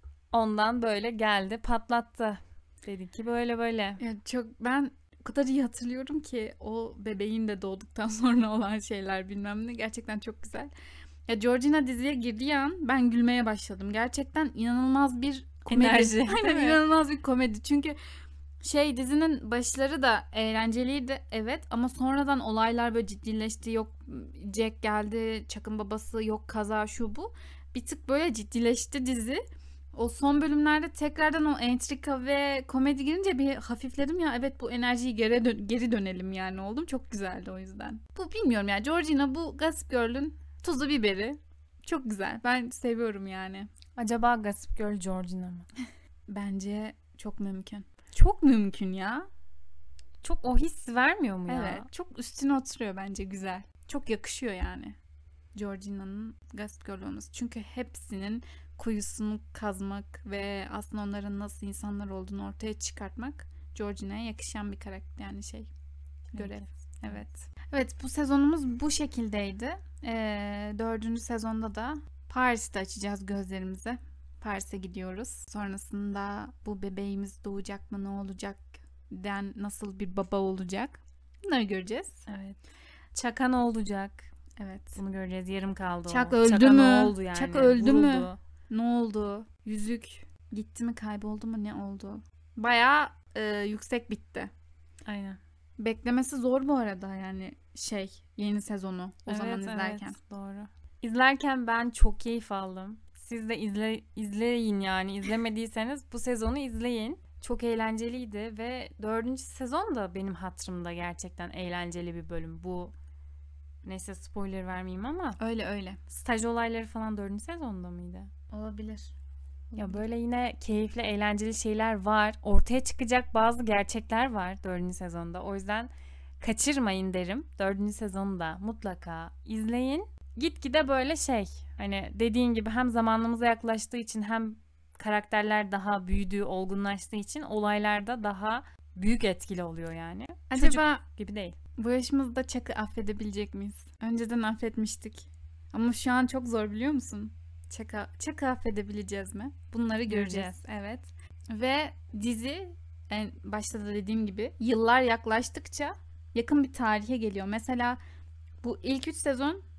Ondan böyle geldi patlattı. Dedi ki böyle böyle. Ya çok ben o kadar iyi hatırlıyorum ki o bebeğin de doğduktan sonra olan şeyler bilmem ne gerçekten çok güzel. Ya Georgina diziye girdiği an ben gülmeye başladım. Gerçekten inanılmaz bir komedi. Enerji, değil Aynen mi? inanılmaz bir komedi. Çünkü şey dizinin başları da eğlenceliydi evet ama sonradan olaylar böyle ciddileşti. Yok Jack geldi, Chuck'ın babası, yok kaza şu bu. Bir tık böyle ciddileşti dizi. O son bölümlerde tekrardan o entrika ve komedi girince bir hafifledim ya evet bu enerjiyi geri, dö- geri dönelim yani oldum. Çok güzeldi o yüzden. Bu bilmiyorum ya Georgina bu Gossip Girl'ün tuzu biberi. Çok güzel. Ben seviyorum yani. Acaba Gossip Girl Georgina mı? Bence çok mümkün. Çok mümkün ya. Çok o his vermiyor mu ya? Evet. Çok üstüne oturuyor bence güzel. Çok yakışıyor yani. Georgina'nın Gossip Girl olması. Çünkü hepsinin kuyusunu kazmak ve aslında onların nasıl insanlar olduğunu ortaya çıkartmak Georgina'ya yakışan bir karakter yani şey görev. Evet. Evet. Evet bu sezonumuz bu şekildeydi. Ee, dördüncü sezonda da Paris'te açacağız gözlerimizi. Paris'e gidiyoruz. Sonrasında bu bebeğimiz doğacak mı ne olacak? Dan nasıl bir baba olacak? Bunları göreceğiz. Evet. Çaka ne olacak? Evet. Bunu göreceğiz. Yarım kaldı o. Çak öldü Çaka mü? ne oldu yani? Çak öldü mü? Vuruldu. Ne oldu? Yüzük gitti mi kayboldu mu ne oldu? Bayağı e, yüksek bitti. Aynen. Beklemesi zor bu arada yani şey yeni sezonu o Evet, zaman izlerken. Evet, doğru. İzlerken ben çok keyif aldım. Siz de izle, izleyin yani. İzlemediyseniz bu sezonu izleyin. Çok eğlenceliydi ve dördüncü sezon da benim hatırımda gerçekten eğlenceli bir bölüm. Bu neyse spoiler vermeyeyim ama Öyle öyle. staj olayları falan dördüncü sezonda mıydı? Olabilir. Ya böyle yine keyifli, eğlenceli şeyler var. Ortaya çıkacak bazı gerçekler var dördüncü sezonda. O yüzden kaçırmayın derim. Dördüncü sezonu da mutlaka izleyin. Gitgide böyle şey, hani dediğin gibi hem zamanımıza yaklaştığı için hem karakterler daha büyüdüğü, olgunlaştığı için olaylarda daha büyük etkili oluyor yani. Acaba Çocuk gibi değil. bu yaşımızda Chuck'ı affedebilecek miyiz? Önceden affetmiştik. Ama şu an çok zor biliyor musun? Chuck'ı Chuck'ı affedebileceğiz mi? Bunları göreceğiz. Göreceğiz. Evet. Ve dizi en başta da dediğim gibi yıllar yaklaştıkça yakın bir tarihe geliyor. Mesela bu ilk üç sezon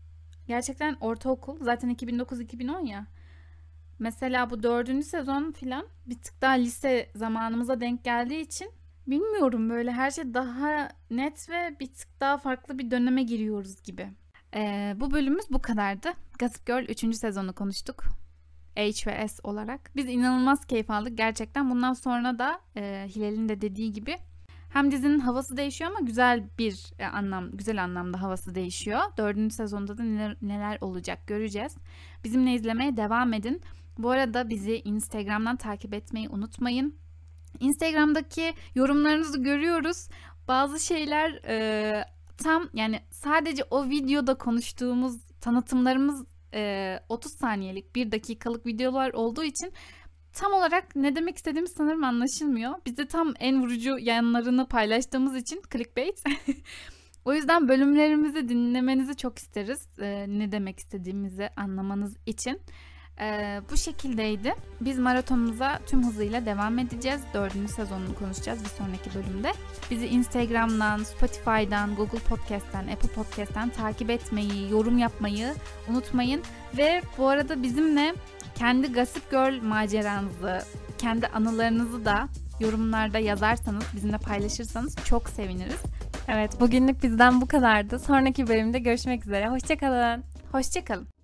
gerçekten ortaokul. Zaten iki bin dokuz iki bin on ya. Mesela bu dördüncü sezon filan bir tık daha lise zamanımıza denk geldiği için bilmiyorum, böyle her şey daha net ve bir tık daha farklı bir döneme giriyoruz gibi. Ee, bu bölümümüz bu kadardı. Gossip Girl üçüncü sezonu konuştuk. H ve S olarak. Biz inanılmaz keyif aldık gerçekten. Bundan sonra da e, Hilal'in de dediği gibi hem dizinin havası değişiyor ama güzel bir e, anlam, güzel anlamda havası değişiyor. Dördüncü sezonda da neler, neler olacak göreceğiz. Bizimle izlemeye devam edin. Bu arada bizi Instagram'dan takip etmeyi unutmayın. Instagram'daki yorumlarınızı görüyoruz. Bazı şeyler e, tam yani sadece o videoda konuştuğumuz tanıtımlarımız e, otuz saniyelik, bir dakikalık videolar olduğu için tam olarak ne demek istediğimiz sanırım anlaşılmıyor. Biz de tam en vurucu yanlarını paylaştığımız için clickbait. O yüzden bölümlerimizi dinlemenizi çok isteriz. E, ne demek istediğimizi anlamanız için. Ee, bu şekildeydi. Biz maratonumuza tüm hızıyla devam edeceğiz. Dördüncü sezonunu konuşacağız bir sonraki bölümde. Bizi Instagram'dan, Spotify'dan, Google Podcast'ten, Apple Podcast'ten takip etmeyi, yorum yapmayı unutmayın. Ve bu arada bizimle kendi Gossip Girl maceranızı, kendi anılarınızı da yorumlarda yazarsanız, bizimle paylaşırsanız çok seviniriz. Evet, bugünlük bizden bu kadardı. Sonraki bölümde görüşmek üzere. Hoşça kalın. Hoşça kalın.